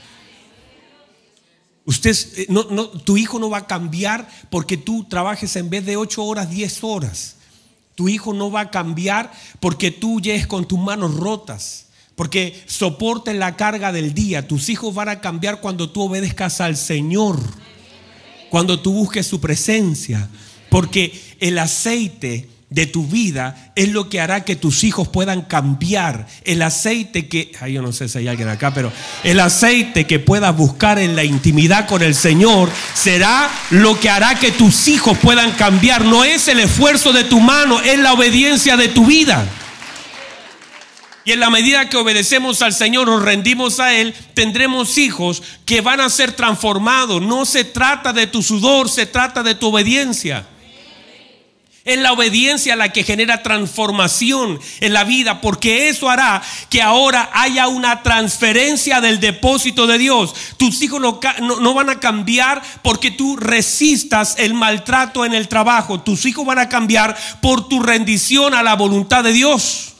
Tu hijo no va a cambiar porque tú trabajes en vez de 8 horas, 10 horas. Tu hijo no va a cambiar porque tú llegues con tus manos rotas, porque soportes la carga del día. Tus hijos van a cambiar cuando tú obedezcas al Señor, cuando tú busques su presencia, porque el aceite de tu vida es lo que hará que tus hijos puedan cambiar. El aceite que, yo no sé si hay alguien acá, pero el aceite que puedas buscar en la intimidad con el Señor será lo que hará que tus hijos puedan cambiar. No es el esfuerzo de tu mano, es la obediencia de tu vida. Y en la medida que obedecemos al Señor, nos rendimos a Él, tendremos hijos que van a ser transformados. No se trata de tu sudor, se trata de tu obediencia. Es la obediencia la que genera transformación en la vida, porque eso hará que ahora haya una transferencia del depósito de Dios. Tus hijos no van a cambiar porque tú resistas el maltrato en el trabajo. Tus hijos van a cambiar por tu rendición a la voluntad de Dios.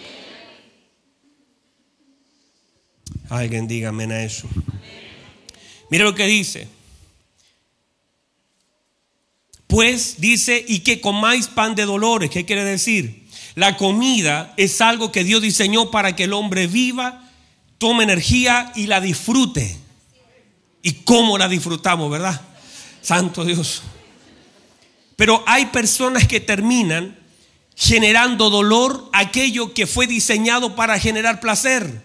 Alguien diga amén a eso. Mira lo que dice. Pues dice, y que comáis pan de dolores. ¿Qué quiere decir? La comida es algo que Dios diseñó para que el hombre viva, tome energía y la disfrute. ¿Y cómo la disfrutamos, verdad? Santo Dios. Pero hay personas que terminan generando dolor aquello que fue diseñado para generar placer.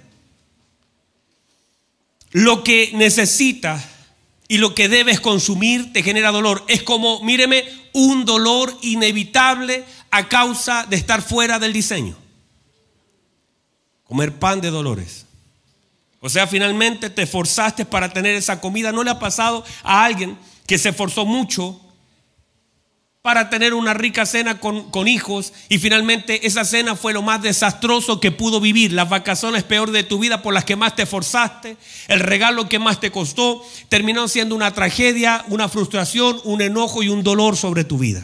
Lo que necesitas y lo que debes consumir te genera dolor. Es como, míreme, un dolor inevitable a causa de estar fuera del diseño. Comer pan de dolores. O sea, finalmente te esforzaste para tener esa comida. ¿No le ha pasado a alguien que se esforzó mucho para tener una rica cena con hijos y finalmente esa cena fue lo más desastroso que pudo vivir? Las vacaciones peor de tu vida por las que más te esforzaste, el regalo que más te costó, terminó siendo una tragedia, una frustración, un enojo y un dolor sobre tu vida.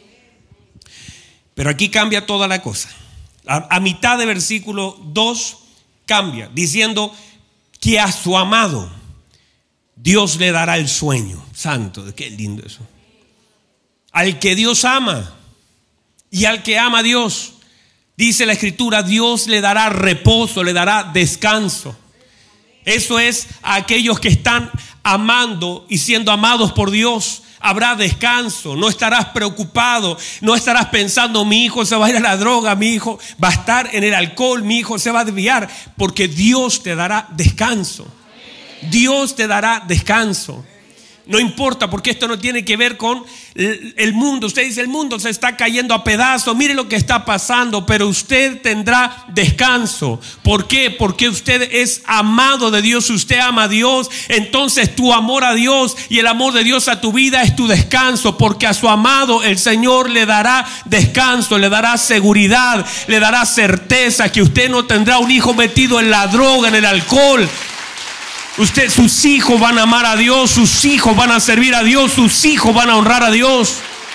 Pero aquí cambia toda la cosa. A mitad de versículo 2 cambia diciendo que a su amado Dios le dará el sueño. Santo, qué lindo eso. Al que Dios ama y al que ama a Dios, dice la Escritura, Dios le dará reposo, le dará descanso. Eso es a aquellos que están amando y siendo amados por Dios. Habrá descanso, no estarás preocupado, no estarás pensando mi hijo se va a ir a la droga, mi hijo va a estar en el alcohol, mi hijo se va a desviar, porque Dios te dará descanso. Dios te dará descanso. No importa, porque esto no tiene que ver con el mundo. Usted dice, el mundo se está cayendo a pedazos, mire lo que está pasando, pero usted tendrá descanso. ¿Por qué? Porque usted es amado de Dios. Si usted ama a Dios, entonces tu amor a Dios y el amor de Dios a tu vida es tu descanso, porque a su amado el Señor le dará descanso, le dará seguridad, le dará certeza que usted no tendrá un hijo metido en la droga, en el alcohol. Sus hijos van a amar a Dios, sus hijos van a servir a Dios, sus hijos van a honrar a Dios.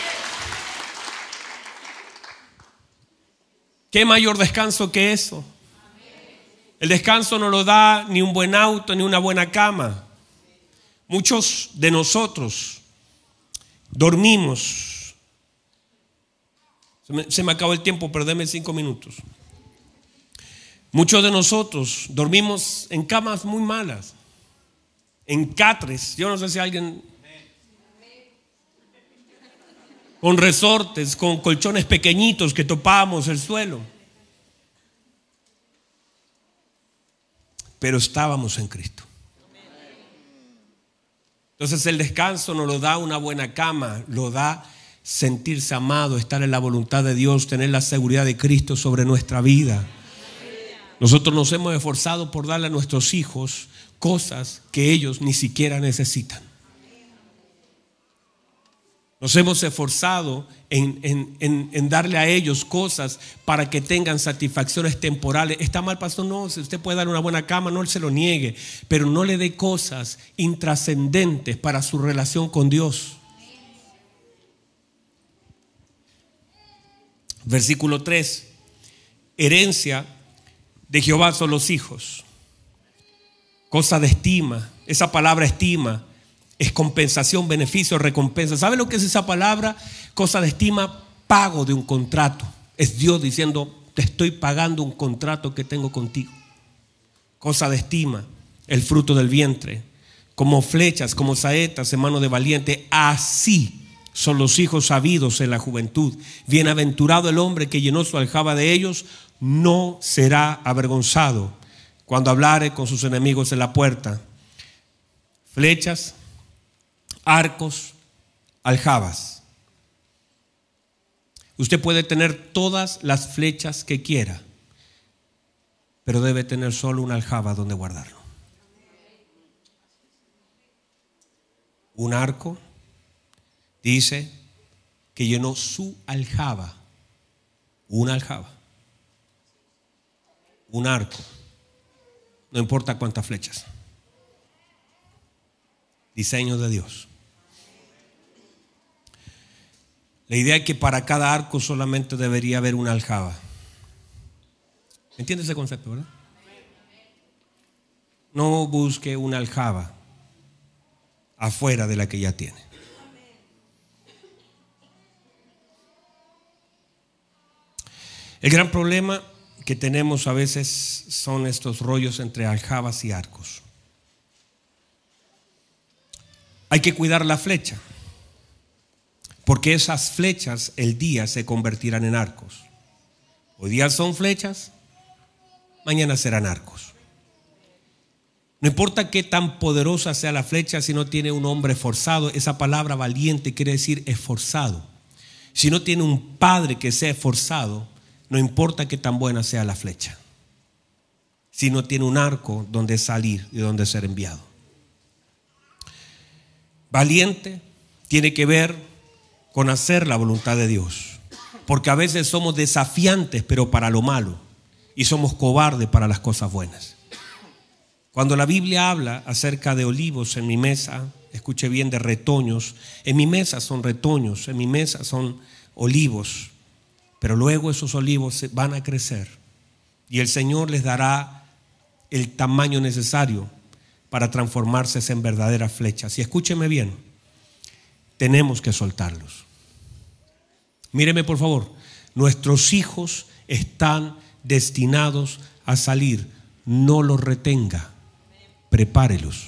¿Qué mayor descanso que eso? El descanso no lo da ni un buen auto, ni una buena cama. Muchos de nosotros dormimos Se me acabó el tiempo, pero deme 5 minutos. Muchos de nosotros dormimos en camas muy malas, en catres. Yo no sé si alguien, con resortes, con colchones pequeñitos que topábamos el suelo. Pero estábamos en Cristo. Entonces el descanso nos lo da una buena cama, lo da sentirse amado, estar en la voluntad de Dios, tener la seguridad de Cristo sobre nuestra vida. Nosotros nos hemos esforzado por darle a nuestros hijos cosas que ellos ni siquiera necesitan. Nos hemos esforzado en darle a ellos cosas para que tengan satisfacciones temporales. ¿Está mal, pastor? No, si usted puede darle una buena cama, no se lo niegue, pero no le dé cosas intrascendentes para su relación con Dios. Versículo 3. Herencia de Jehová son los hijos. Cosa de estima. Esa palabra estima es compensación, beneficio, recompensa. ¿Sabe lo que es esa palabra? Cosa de estima, pago de un contrato. Es Dios diciendo, te estoy pagando un contrato que tengo contigo. Cosa de estima, el fruto del vientre. Como flechas, como saetas en mano de valiente. Así son los hijos sabidos en la juventud. Bienaventurado el hombre que llenó su aljaba de ellos, no será avergonzado cuando hablare con sus enemigos en la puerta. Flechas, arcos, aljabas. Usted puede tener todas las flechas que quiera, pero debe tener solo una aljaba donde guardarlo. Un arco dice que llenó su aljaba. Una aljaba. Un arco. No importa cuántas flechas. Diseño de Dios. La idea es que para cada arco solamente debería haber una aljaba. ¿Entiende ese concepto, verdad? No busque una aljaba afuera de la que ya tiene. El gran problema que tenemos a veces son estos rollos entre aljabas y arcos. Hay que cuidar la flecha, porque esas flechas el día se convertirán en arcos. Hoy día son flechas, mañana serán arcos. No importa qué tan poderosa sea la flecha, si no tiene un hombre esforzado. Esa palabra valiente quiere decir esforzado. Si no tiene un padre que sea esforzado, no importa qué tan buena sea la flecha. Si no tiene un arco donde salir y donde ser enviado. Valiente tiene que ver con hacer la voluntad de Dios, porque a veces somos desafiantes pero para lo malo, y somos cobardes para las cosas buenas. Cuando la Biblia habla acerca de olivos en mi mesa, escuche bien, de retoños, en mi mesa son retoños, en mi mesa son olivos, pero luego esos olivos van a crecer y el Señor les dará el tamaño necesario para transformarse en verdaderas flechas. Y escúcheme bien, tenemos que soltarlos. Míreme por favor, nuestros hijos están destinados a salir, no los retenga, prepárelos.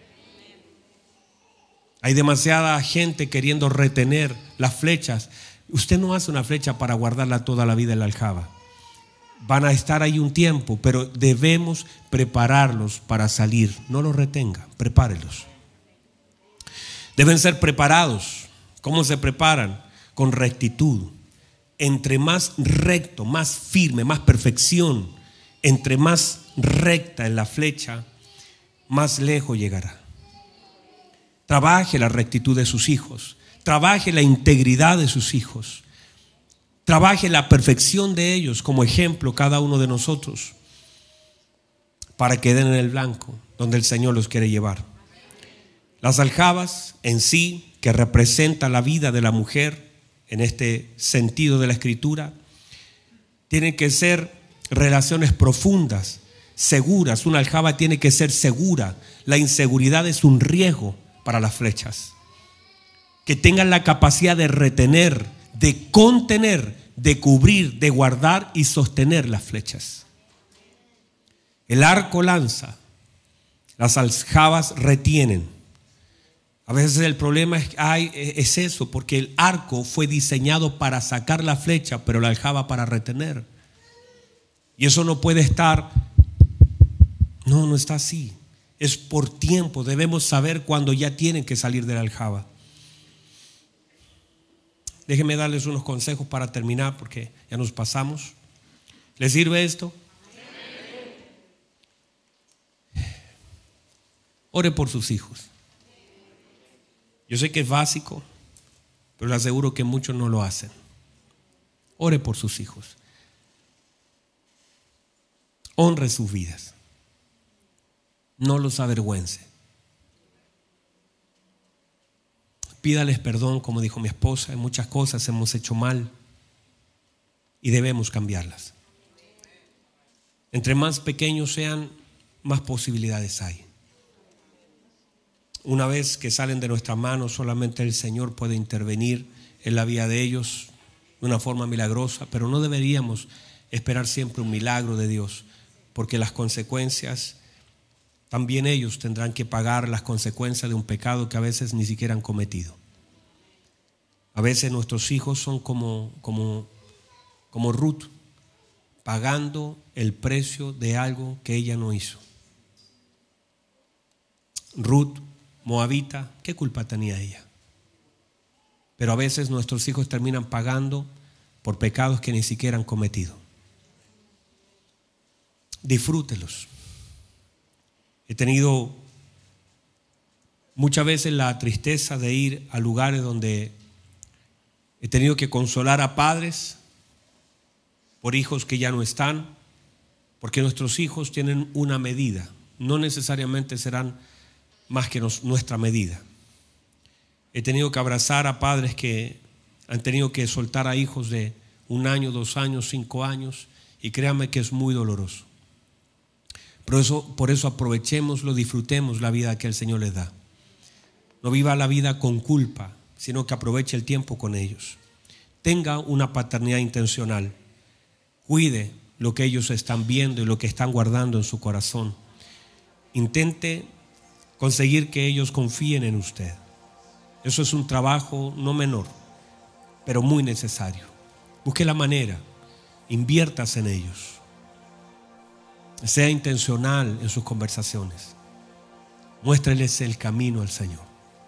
Hay demasiada gente queriendo retener las flechas. Usted no hace una flecha para guardarla toda la vida en la aljaba. Van a estar ahí un tiempo, pero debemos prepararlos para salir. No los retenga, prepárelos. Deben ser preparados. ¿Cómo se preparan? Con rectitud. Entre más recto, más firme, más perfección, entre más recta en la flecha, más lejos llegará. Trabaje la rectitud de sus hijos. Trabaje la integridad de sus hijos. Trabaje la perfección de ellos como ejemplo cada uno de nosotros para que den en el blanco donde el Señor los quiere llevar. Las aljabas en sí, que representan la vida de la mujer en este sentido de la Escritura, tienen que ser relaciones profundas, seguras. Una aljaba tiene que ser segura. La inseguridad es un riesgo para las flechas. Que tengan la capacidad de retener, de contener, de cubrir, de guardar y sostener las flechas. El arco lanza, las aljabas retienen. A veces el problema es eso, porque el arco fue diseñado para sacar la flecha, pero la aljaba para retener. Y eso no puede estar, no está así. Es por tiempo, debemos saber cuándo ya tienen que salir de la aljaba. Déjenme darles unos consejos para terminar, porque ya nos pasamos. ¿Les sirve esto? Ore por sus hijos. Yo sé que es básico, pero le aseguro que muchos no lo hacen. Ore por sus hijos. Honre sus vidas. No los avergüence. Pídales perdón, como dijo mi esposa. En muchas cosas hemos hecho mal y debemos cambiarlas. Entre más pequeños sean, más posibilidades hay. Una vez que salen de nuestras manos, solamente el Señor puede intervenir en la vida de ellos de una forma milagrosa, pero no deberíamos esperar siempre un milagro de Dios, porque las consecuencias, también ellos tendrán que pagar las consecuencias de un pecado que a veces ni siquiera han cometido. A veces nuestros hijos son como Ruth, pagando el precio de algo que ella no hizo. Ruth, moabita, ¿qué culpa tenía ella? Pero a veces nuestros hijos terminan pagando por pecados que ni siquiera han cometido. Disfrútelos. He tenido muchas veces la tristeza de ir a lugares donde he tenido que consolar a padres por hijos que ya no están, porque nuestros hijos tienen una medida, no necesariamente serán más que nuestra medida. He tenido que abrazar a padres que han tenido que soltar a hijos de 1 año, 2 años, 5 años, y créanme que es muy doloroso. Por eso aprovechémoslo, disfrutemos la vida que el Señor les da. No viva la vida con culpa, sino que aproveche el tiempo con ellos. Tenga una paternidad intencional. Cuide lo que ellos están viendo y lo que están guardando en su corazón. Intente conseguir que ellos confíen en usted. Eso es un trabajo no menor, pero muy necesario. Busque la manera, inviértase en ellos. Sea intencional en sus conversaciones. Muéstreles el camino al Señor.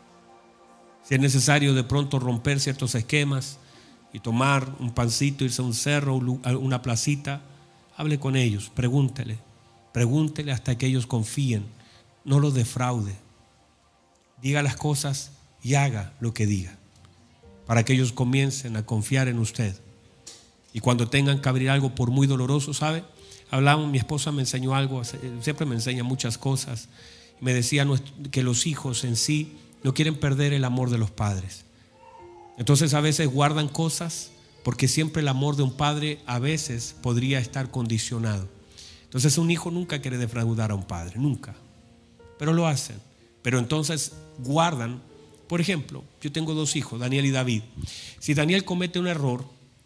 Si es necesario de pronto romper ciertos esquemas y tomar un pancito, irse a un cerro, a una placita, hable con ellos, pregúntele hasta que ellos confíen. No los defraude. Diga las cosas y haga lo que diga, para que ellos comiencen a confiar en usted. Y cuando tengan que abrir algo por muy doloroso, ¿sabe? Mi esposa me enseñó algo, siempre me enseña muchas cosas. Me decía que los hijos en sí no quieren perder el amor de los padres. Entonces a veces guardan cosas porque siempre el amor de un padre a veces podría estar condicionado. Entonces un hijo nunca quiere defraudar a un padre, nunca. Pero lo hacen. Pero entonces guardan. Por ejemplo, yo tengo 2 hijos, Daniel y David. Si Daniel comete un error,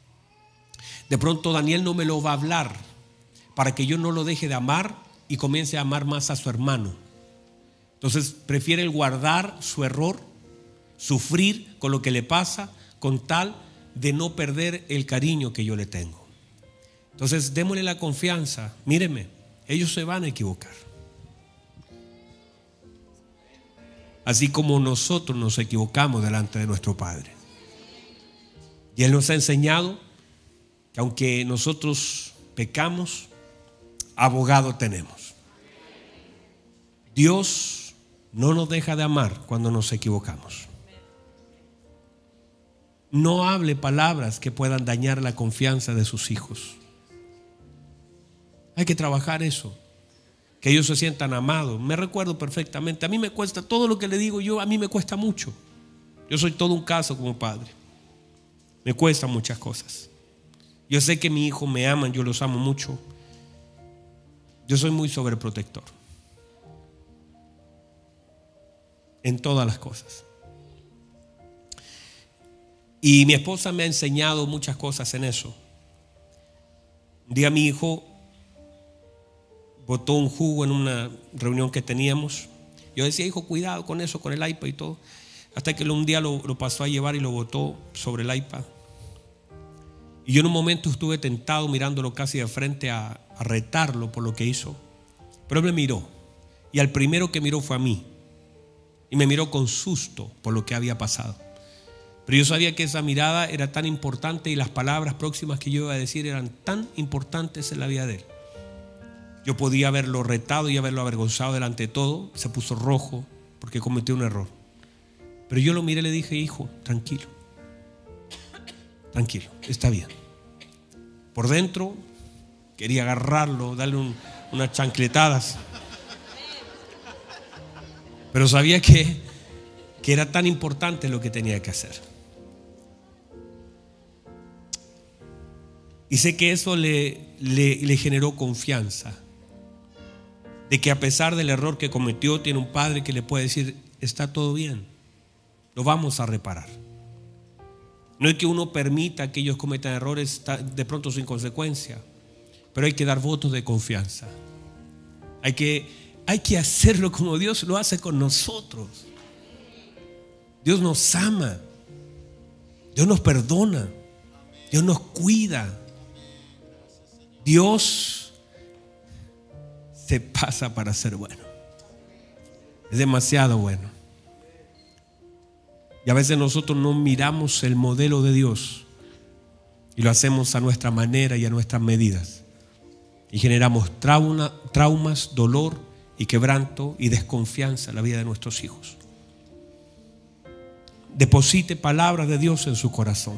de pronto Daniel no me lo va a hablar para que yo no lo deje de amar y comience a amar más a su hermano. Entonces prefiere el guardar su error, sufrir con lo que le pasa, con tal de no perder el cariño que yo le tengo. Entonces démosle la confianza. Míreme, ellos se van a equivocar. Así como nosotros nos equivocamos delante de nuestro Padre. Y Él nos ha enseñado que aunque nosotros pecamos, abogado tenemos. Dios no nos deja de amar cuando nos equivocamos. No hable palabras que puedan dañar la confianza de sus hijos. Hay que trabajar eso, que ellos se sientan amados. Me recuerdo perfectamente, a mí me cuesta todo lo que le digo yo, a mí me cuesta mucho. Yo soy todo un caso como padre. Me cuestan muchas cosas. Yo sé que mi hijo me aman, yo los amo mucho. Yo soy muy sobreprotector en todas las cosas. Y mi esposa me ha enseñado muchas cosas en eso. Un día mi hijo botó un jugo en una reunión que teníamos. Yo decía, hijo, cuidado con eso, con el iPad y todo. Hasta que un día lo pasó a llevar y lo botó sobre el iPad. Y yo en un momento estuve tentado mirándolo casi de frente a retarlo por lo que hizo. Pero él me miró. Y al primero que miró fue a mí. Y me miró con susto por lo que había pasado. Pero yo sabía que esa mirada era tan importante y las palabras próximas que yo iba a decir eran tan importantes en la vida de él. Yo podía haberlo retado y haberlo avergonzado delante de todo. Se puso rojo porque cometió un error. Pero yo lo miré y le dije, hijo, tranquilo. Tranquilo, está bien. Por dentro quería agarrarlo, darle unas chancletadas. Pero sabía que era tan importante lo que tenía que hacer. Y sé que eso le generó confianza. De que a pesar del error que cometió, tiene un padre que le puede decir, está todo bien, lo vamos a reparar. No es que uno permita que ellos cometan errores de pronto sin consecuencia, pero hay que dar votos de confianza. Hay que hacerlo como Dios lo hace con nosotros. Dios nos ama, Dios nos perdona, Dios nos cuida. Dios se pasa para ser bueno. Es demasiado bueno. Y a veces nosotros no miramos el modelo de Dios y lo hacemos a nuestra manera y a nuestras medidas. Y generamos traumas, dolor y quebranto y desconfianza en la vida de nuestros hijos. Deposite palabras de Dios en su corazón.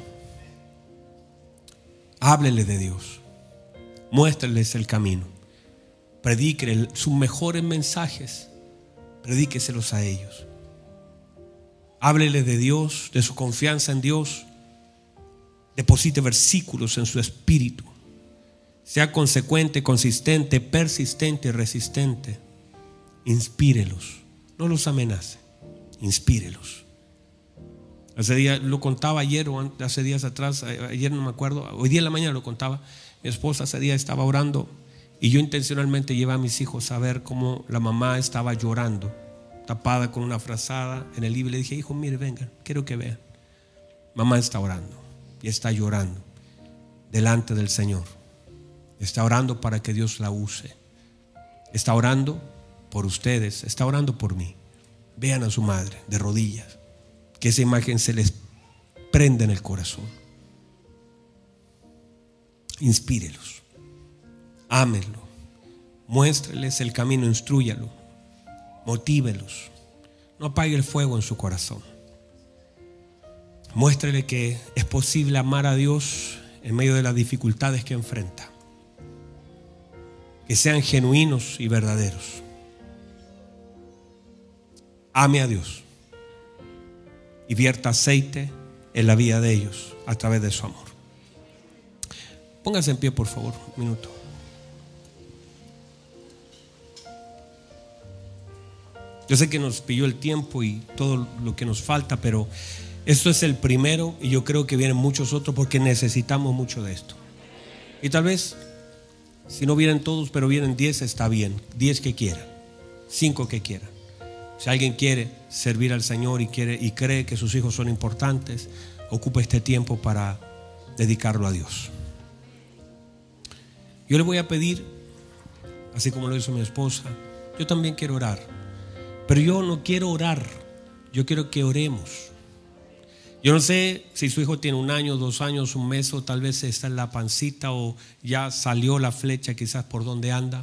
Háblele de Dios. Muéstreles el camino. Predíquele sus mejores mensajes. Predíqueselos a ellos. Háblele de Dios, de su confianza en Dios. Deposite versículos en su espíritu. Sea consecuente, consistente, persistente y resistente. Inspírelos. No los amenace. Inspírelos. Hace días, lo contaba ayer o hace días atrás, ayer no me acuerdo, hoy día en la mañana lo contaba. Mi esposa ese día estaba orando y yo intencionalmente llevé a mis hijos a ver cómo la mamá estaba llorando, tapada con una frazada en el libro. Le dije, hijo, mire, vengan, quiero que vean. Mamá está orando y está llorando delante del Señor. Está orando para que Dios la use. Está orando por ustedes, está orando por mí. Vean a su madre de rodillas. Que esa imagen se les prenda en el corazón. Inspírelos. Ámenlo. Muéstreles el camino, instrúyalo. Motívelos. No apague el fuego en su corazón. Muéstrele que es posible amar a Dios en medio de las dificultades que enfrenta. Que sean genuinos y verdaderos. Ame a Dios y vierta aceite en la vida de ellos a través de su amor. Pónganse en pie, por favor, un minuto. Yo sé que nos pilló el tiempo y todo lo que nos falta, pero esto es el primero y yo creo que vienen muchos otros porque necesitamos mucho de esto. Y tal vez, si no vienen todos, pero vienen 10, está bien. 10 que quieran, 5 que quieran. Si alguien quiere servir al Señor y cree que sus hijos son importantes, ocupe este tiempo para dedicarlo a Dios. Yo le voy a pedir, así como lo hizo mi esposa, yo también quiero orar. Pero yo no quiero orar, yo quiero que oremos. Yo no sé si su hijo tiene 1 año, 2 años, 1 mes, o tal vez está en la pancita o ya salió la flecha quizás por donde anda.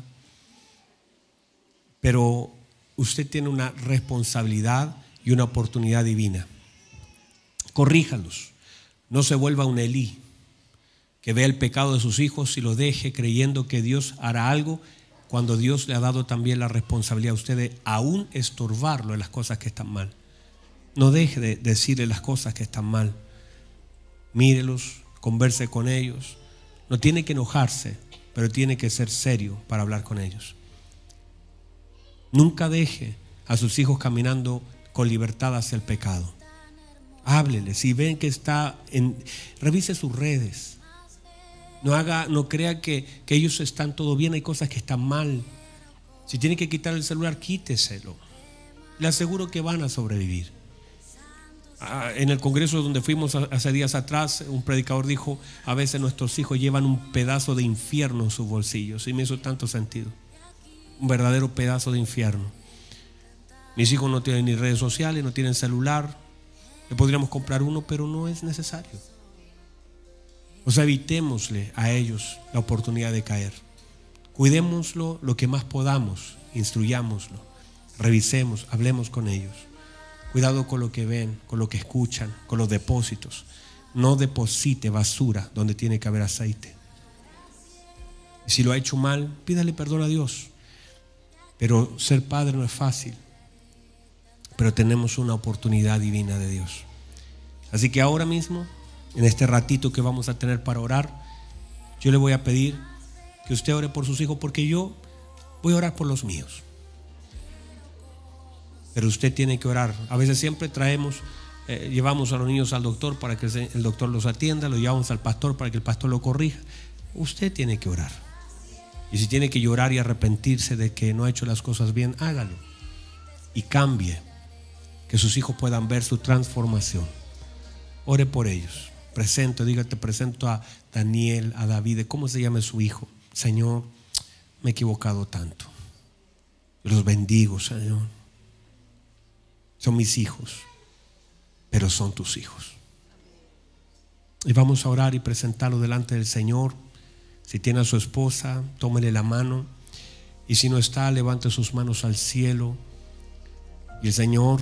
Pero usted tiene una responsabilidad y una oportunidad divina. Corríjalos. No se vuelva un Elí que vea el pecado de sus hijos y lo deje creyendo que Dios hará algo cuando Dios le ha dado también la responsabilidad a usted de aún estorbarlo en las cosas que están mal. No deje de decirle las cosas que están mal. Mírelos, converse con ellos. No tiene que enojarse, pero tiene que ser serio para hablar con ellos. Nunca deje a sus hijos caminando con libertad hacia el pecado. Háblele. Si ven que revise sus redes. No crea que ellos están todo bien. Hay cosas que están mal. Si tiene que quitar el celular, quíteselo. Le aseguro que van a sobrevivir. En el congreso donde fuimos hace días atrás, un predicador dijo: a veces nuestros hijos llevan un pedazo de infierno en sus bolsillos. Y me hizo tanto sentido. Un verdadero pedazo de infierno. Mis hijos no tienen ni redes sociales, no tienen celular. Le podríamos comprar uno, pero no es necesario. O sea, evitémosle a ellos la oportunidad de caer. Cuidémoslo lo que más podamos, instruyámoslo, revisemos, hablemos con ellos. Cuidado con lo que ven, con lo que escuchan, con los depósitos. No deposite basura donde tiene que haber aceite. Y si lo ha hecho mal, pídale perdón a Dios. Pero ser padre no es fácil. Pero tenemos una oportunidad divina de Dios. Así que ahora mismo, en este ratito que vamos a tener para orar, yo le voy a pedir que usted ore por sus hijos, porque yo voy a orar por los míos. Pero usted tiene que orar. A veces siempre llevamos a los niños al doctor para que el doctor los atienda, los llevamos al pastor para que el pastor lo corrija. Usted tiene que orar. Y si tiene que llorar y arrepentirse de que no ha hecho las cosas bien, hágalo. Y cambie. Que sus hijos puedan ver su transformación. Ore por ellos. Te presento a Daniel, a David, ¿cómo se llama su hijo? Señor, me he equivocado tanto. Yo los bendigo, Señor. Son mis hijos, pero son tus hijos. Y vamos a orar y presentarlo delante del Señor. Si tiene a su esposa, tómele la mano. Y si no está, levante sus manos al cielo. Y el Señor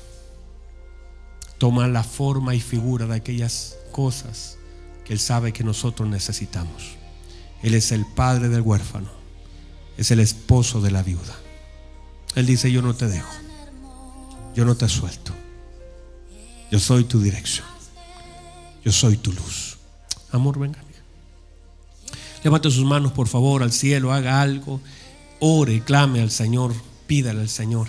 toma la forma y figura de aquellas cosas que Él sabe que nosotros necesitamos. Él es el padre del huérfano, es el esposo de la viuda. Él dice: yo no te dejo, yo no te suelto, yo soy tu dirección, yo soy tu luz. Amor, venga, amiga. Levante sus manos por favor al cielo, haga algo, ore, clame al Señor, pídale al Señor.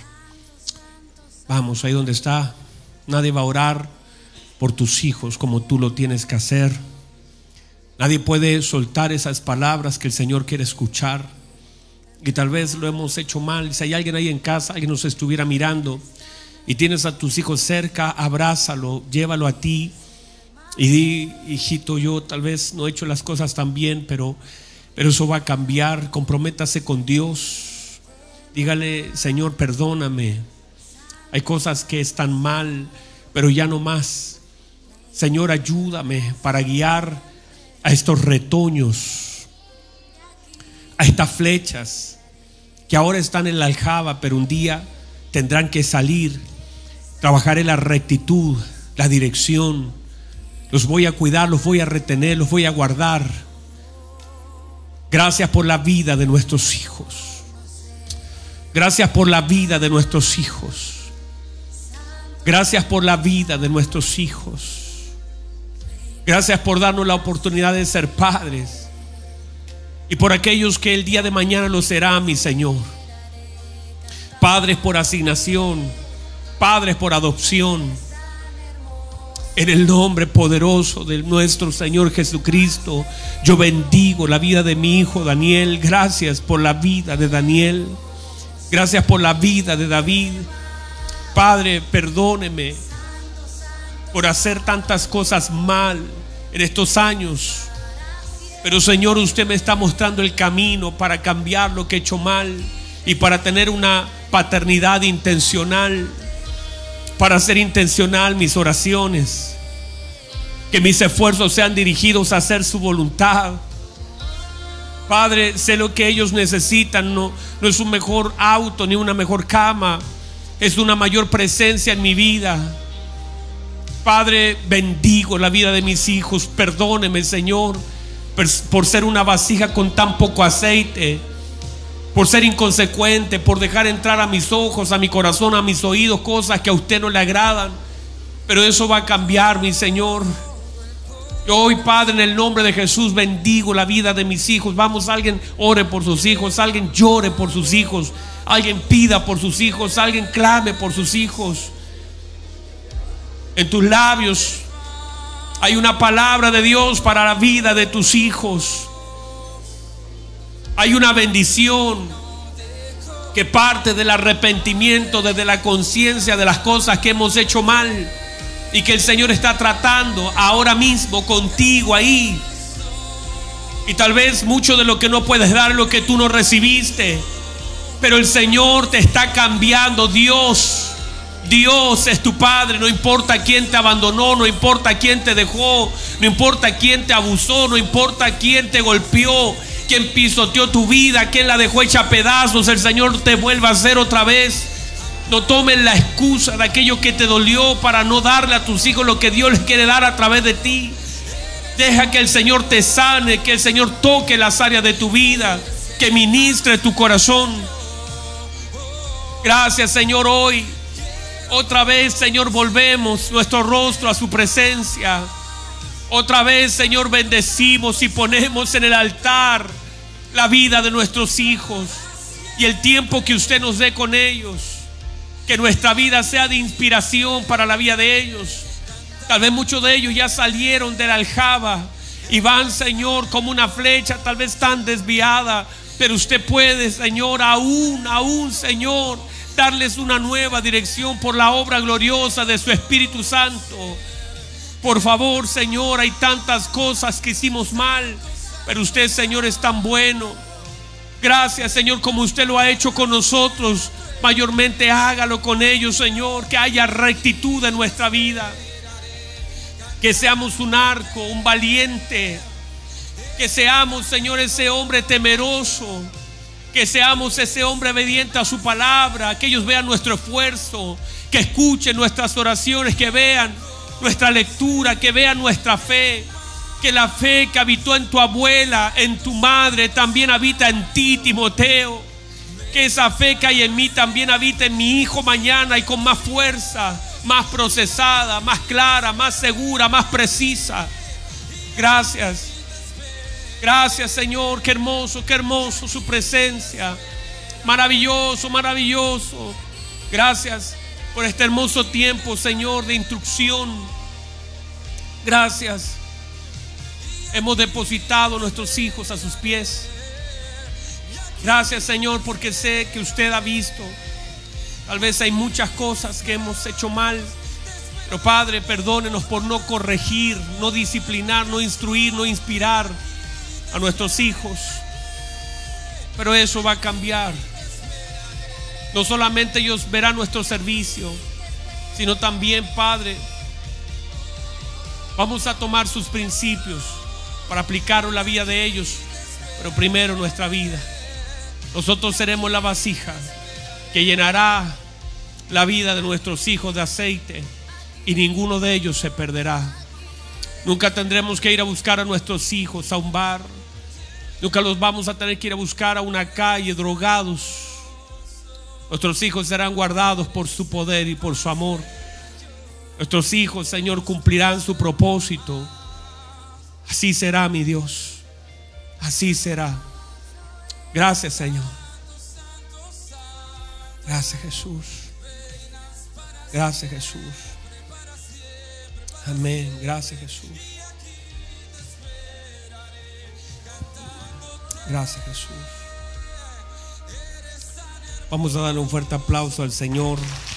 Vamos, ahí donde está. Nadie va a orar por tus hijos como tú lo tienes que hacer. Nadie puede soltar esas palabras que el Señor quiere escuchar. Y tal vez lo hemos hecho mal. Si hay alguien ahí en casa, alguien nos estuviera mirando y tienes a tus hijos cerca, abrázalo, llévalo a ti y di: hijito, yo tal vez no he hecho las cosas tan bien, pero eso va a cambiar. Comprométase con Dios. Dígale: Señor, perdóname. Hay cosas que están mal, pero ya no más. Señor, ayúdame para guiar a estos retoños, a estas flechas que ahora están en la aljaba, pero un día tendrán que salir. Trabajar en la rectitud, la dirección. Los voy a cuidar, los voy a retener, los voy a guardar. Gracias por la vida de nuestros hijos. Gracias por la vida de nuestros hijos. Gracias por la vida de nuestros hijos. Gracias por darnos la oportunidad de ser padres. Y por aquellos que el día de mañana lo serán, mi Señor. Padres por asignación, padres por adopción. En el nombre poderoso de nuestro Señor Jesucristo, yo bendigo la vida de mi hijo Daniel. Gracias por la vida de Daniel. Gracias por la vida de David. Padre, perdóneme por hacer tantas cosas mal en estos años. Pero Señor, usted me está mostrando el camino para cambiar lo que he hecho mal y para tener una paternidad intencional, para hacer intencional mis oraciones, que mis esfuerzos sean dirigidos a hacer su voluntad. Padre, sé lo que ellos necesitan. No es un mejor auto ni una mejor cama, es una mayor presencia en mi vida. Padre, bendigo la vida de mis hijos. Perdóneme, Señor, por ser una vasija con tan poco aceite, por ser inconsecuente, por dejar entrar a mis ojos, a mi corazón, a mis oídos cosas que a usted no le agradan. Pero eso va a cambiar, mi Señor. Yo hoy, Padre, en el nombre de Jesús, bendigo la vida de mis hijos. Vamos, alguien ore por sus hijos, alguien llore por sus hijos, alguien pida por sus hijos, alguien clame por sus hijos. En tus labios hay una palabra de Dios para la vida de tus hijos. Hay una bendición que parte del arrepentimiento, desde la conciencia de las cosas que hemos hecho mal, y que el Señor está tratando ahora mismo contigo ahí. Y tal vez mucho de lo que no puedes dar es lo que tú no recibiste, pero el Señor te está cambiando. Dios es tu Padre. No importa quién te abandonó, no importa quién te dejó, no importa quién te abusó, no importa quién te golpeó, quién pisoteó tu vida, quién la dejó hecha a pedazos. El Señor te vuelve a hacer otra vez. No tomen la excusa de aquello que te dolió para no darle a tus hijos lo que Dios les quiere dar a través de ti. Deja que el Señor te sane, que el Señor toque las áreas de tu vida, que ministre tu corazón. Gracias, Señor. Hoy otra vez, Señor, volvemos nuestro rostro a su presencia. Otra vez, Señor, bendecimos y ponemos en el altar la vida de nuestros hijos y el tiempo que usted nos dé con ellos. Que nuestra vida sea de inspiración para la vida de ellos. Tal vez muchos de ellos ya salieron de la aljaba y van, Señor, como una flecha, tal vez tan desviada, pero usted puede, Señor, aún, Señor, darles una nueva dirección por la obra gloriosa de su Espíritu Santo. Por favor, Señor, hay tantas cosas que hicimos mal, pero usted, Señor, es tan bueno. Gracias, Señor, como usted lo ha hecho con nosotros. Mayormente hágalo con ellos, Señor. Que haya rectitud en nuestra vida. Que seamos un arco, un valiente. Que seamos, Señor, ese hombre temeroso. Que seamos ese hombre obediente a su palabra. Que ellos vean nuestro esfuerzo. Que escuchen nuestras oraciones. Que vean nuestra lectura. Que vean nuestra fe. Que la fe que habitó en tu abuela, en tu madre, también habita en ti, Timoteo. Que esa fe que hay en mí también habita en mi hijo mañana, y con más fuerza, más procesada, más clara, más segura, más precisa. Gracias. Gracias, Señor. Qué hermoso su presencia. Maravilloso, maravilloso. Gracias por este hermoso tiempo, Señor, de instrucción. Gracias. Hemos depositado a nuestros hijos a sus pies. Gracias, Señor, porque sé que usted ha visto. Tal vez hay muchas cosas que hemos hecho mal, pero Padre, perdónenos por no corregir, no disciplinar, no instruir, no inspirar a nuestros hijos. Pero eso va a cambiar. No solamente ellos verán nuestro servicio, sino también, Padre, vamos a tomar sus principios para aplicarlo en la vida de ellos, pero primero nuestra vida. Nosotros seremos la vasija que llenará la vida de nuestros hijos de aceite, y ninguno de ellos se perderá. Nunca tendremos que ir a buscar a nuestros hijos a un bar. Nunca los vamos a tener que ir a buscar a una calle drogados. Nuestros hijos serán guardados por su poder y por su amor. Nuestros hijos, Señor, cumplirán su propósito. Así será, mi Dios. Así será. Gracias, Señor. Gracias, Jesús. Gracias, Jesús. Amén. Gracias, Jesús. Gracias, Jesús. Vamos a darle un fuerte aplauso al Señor.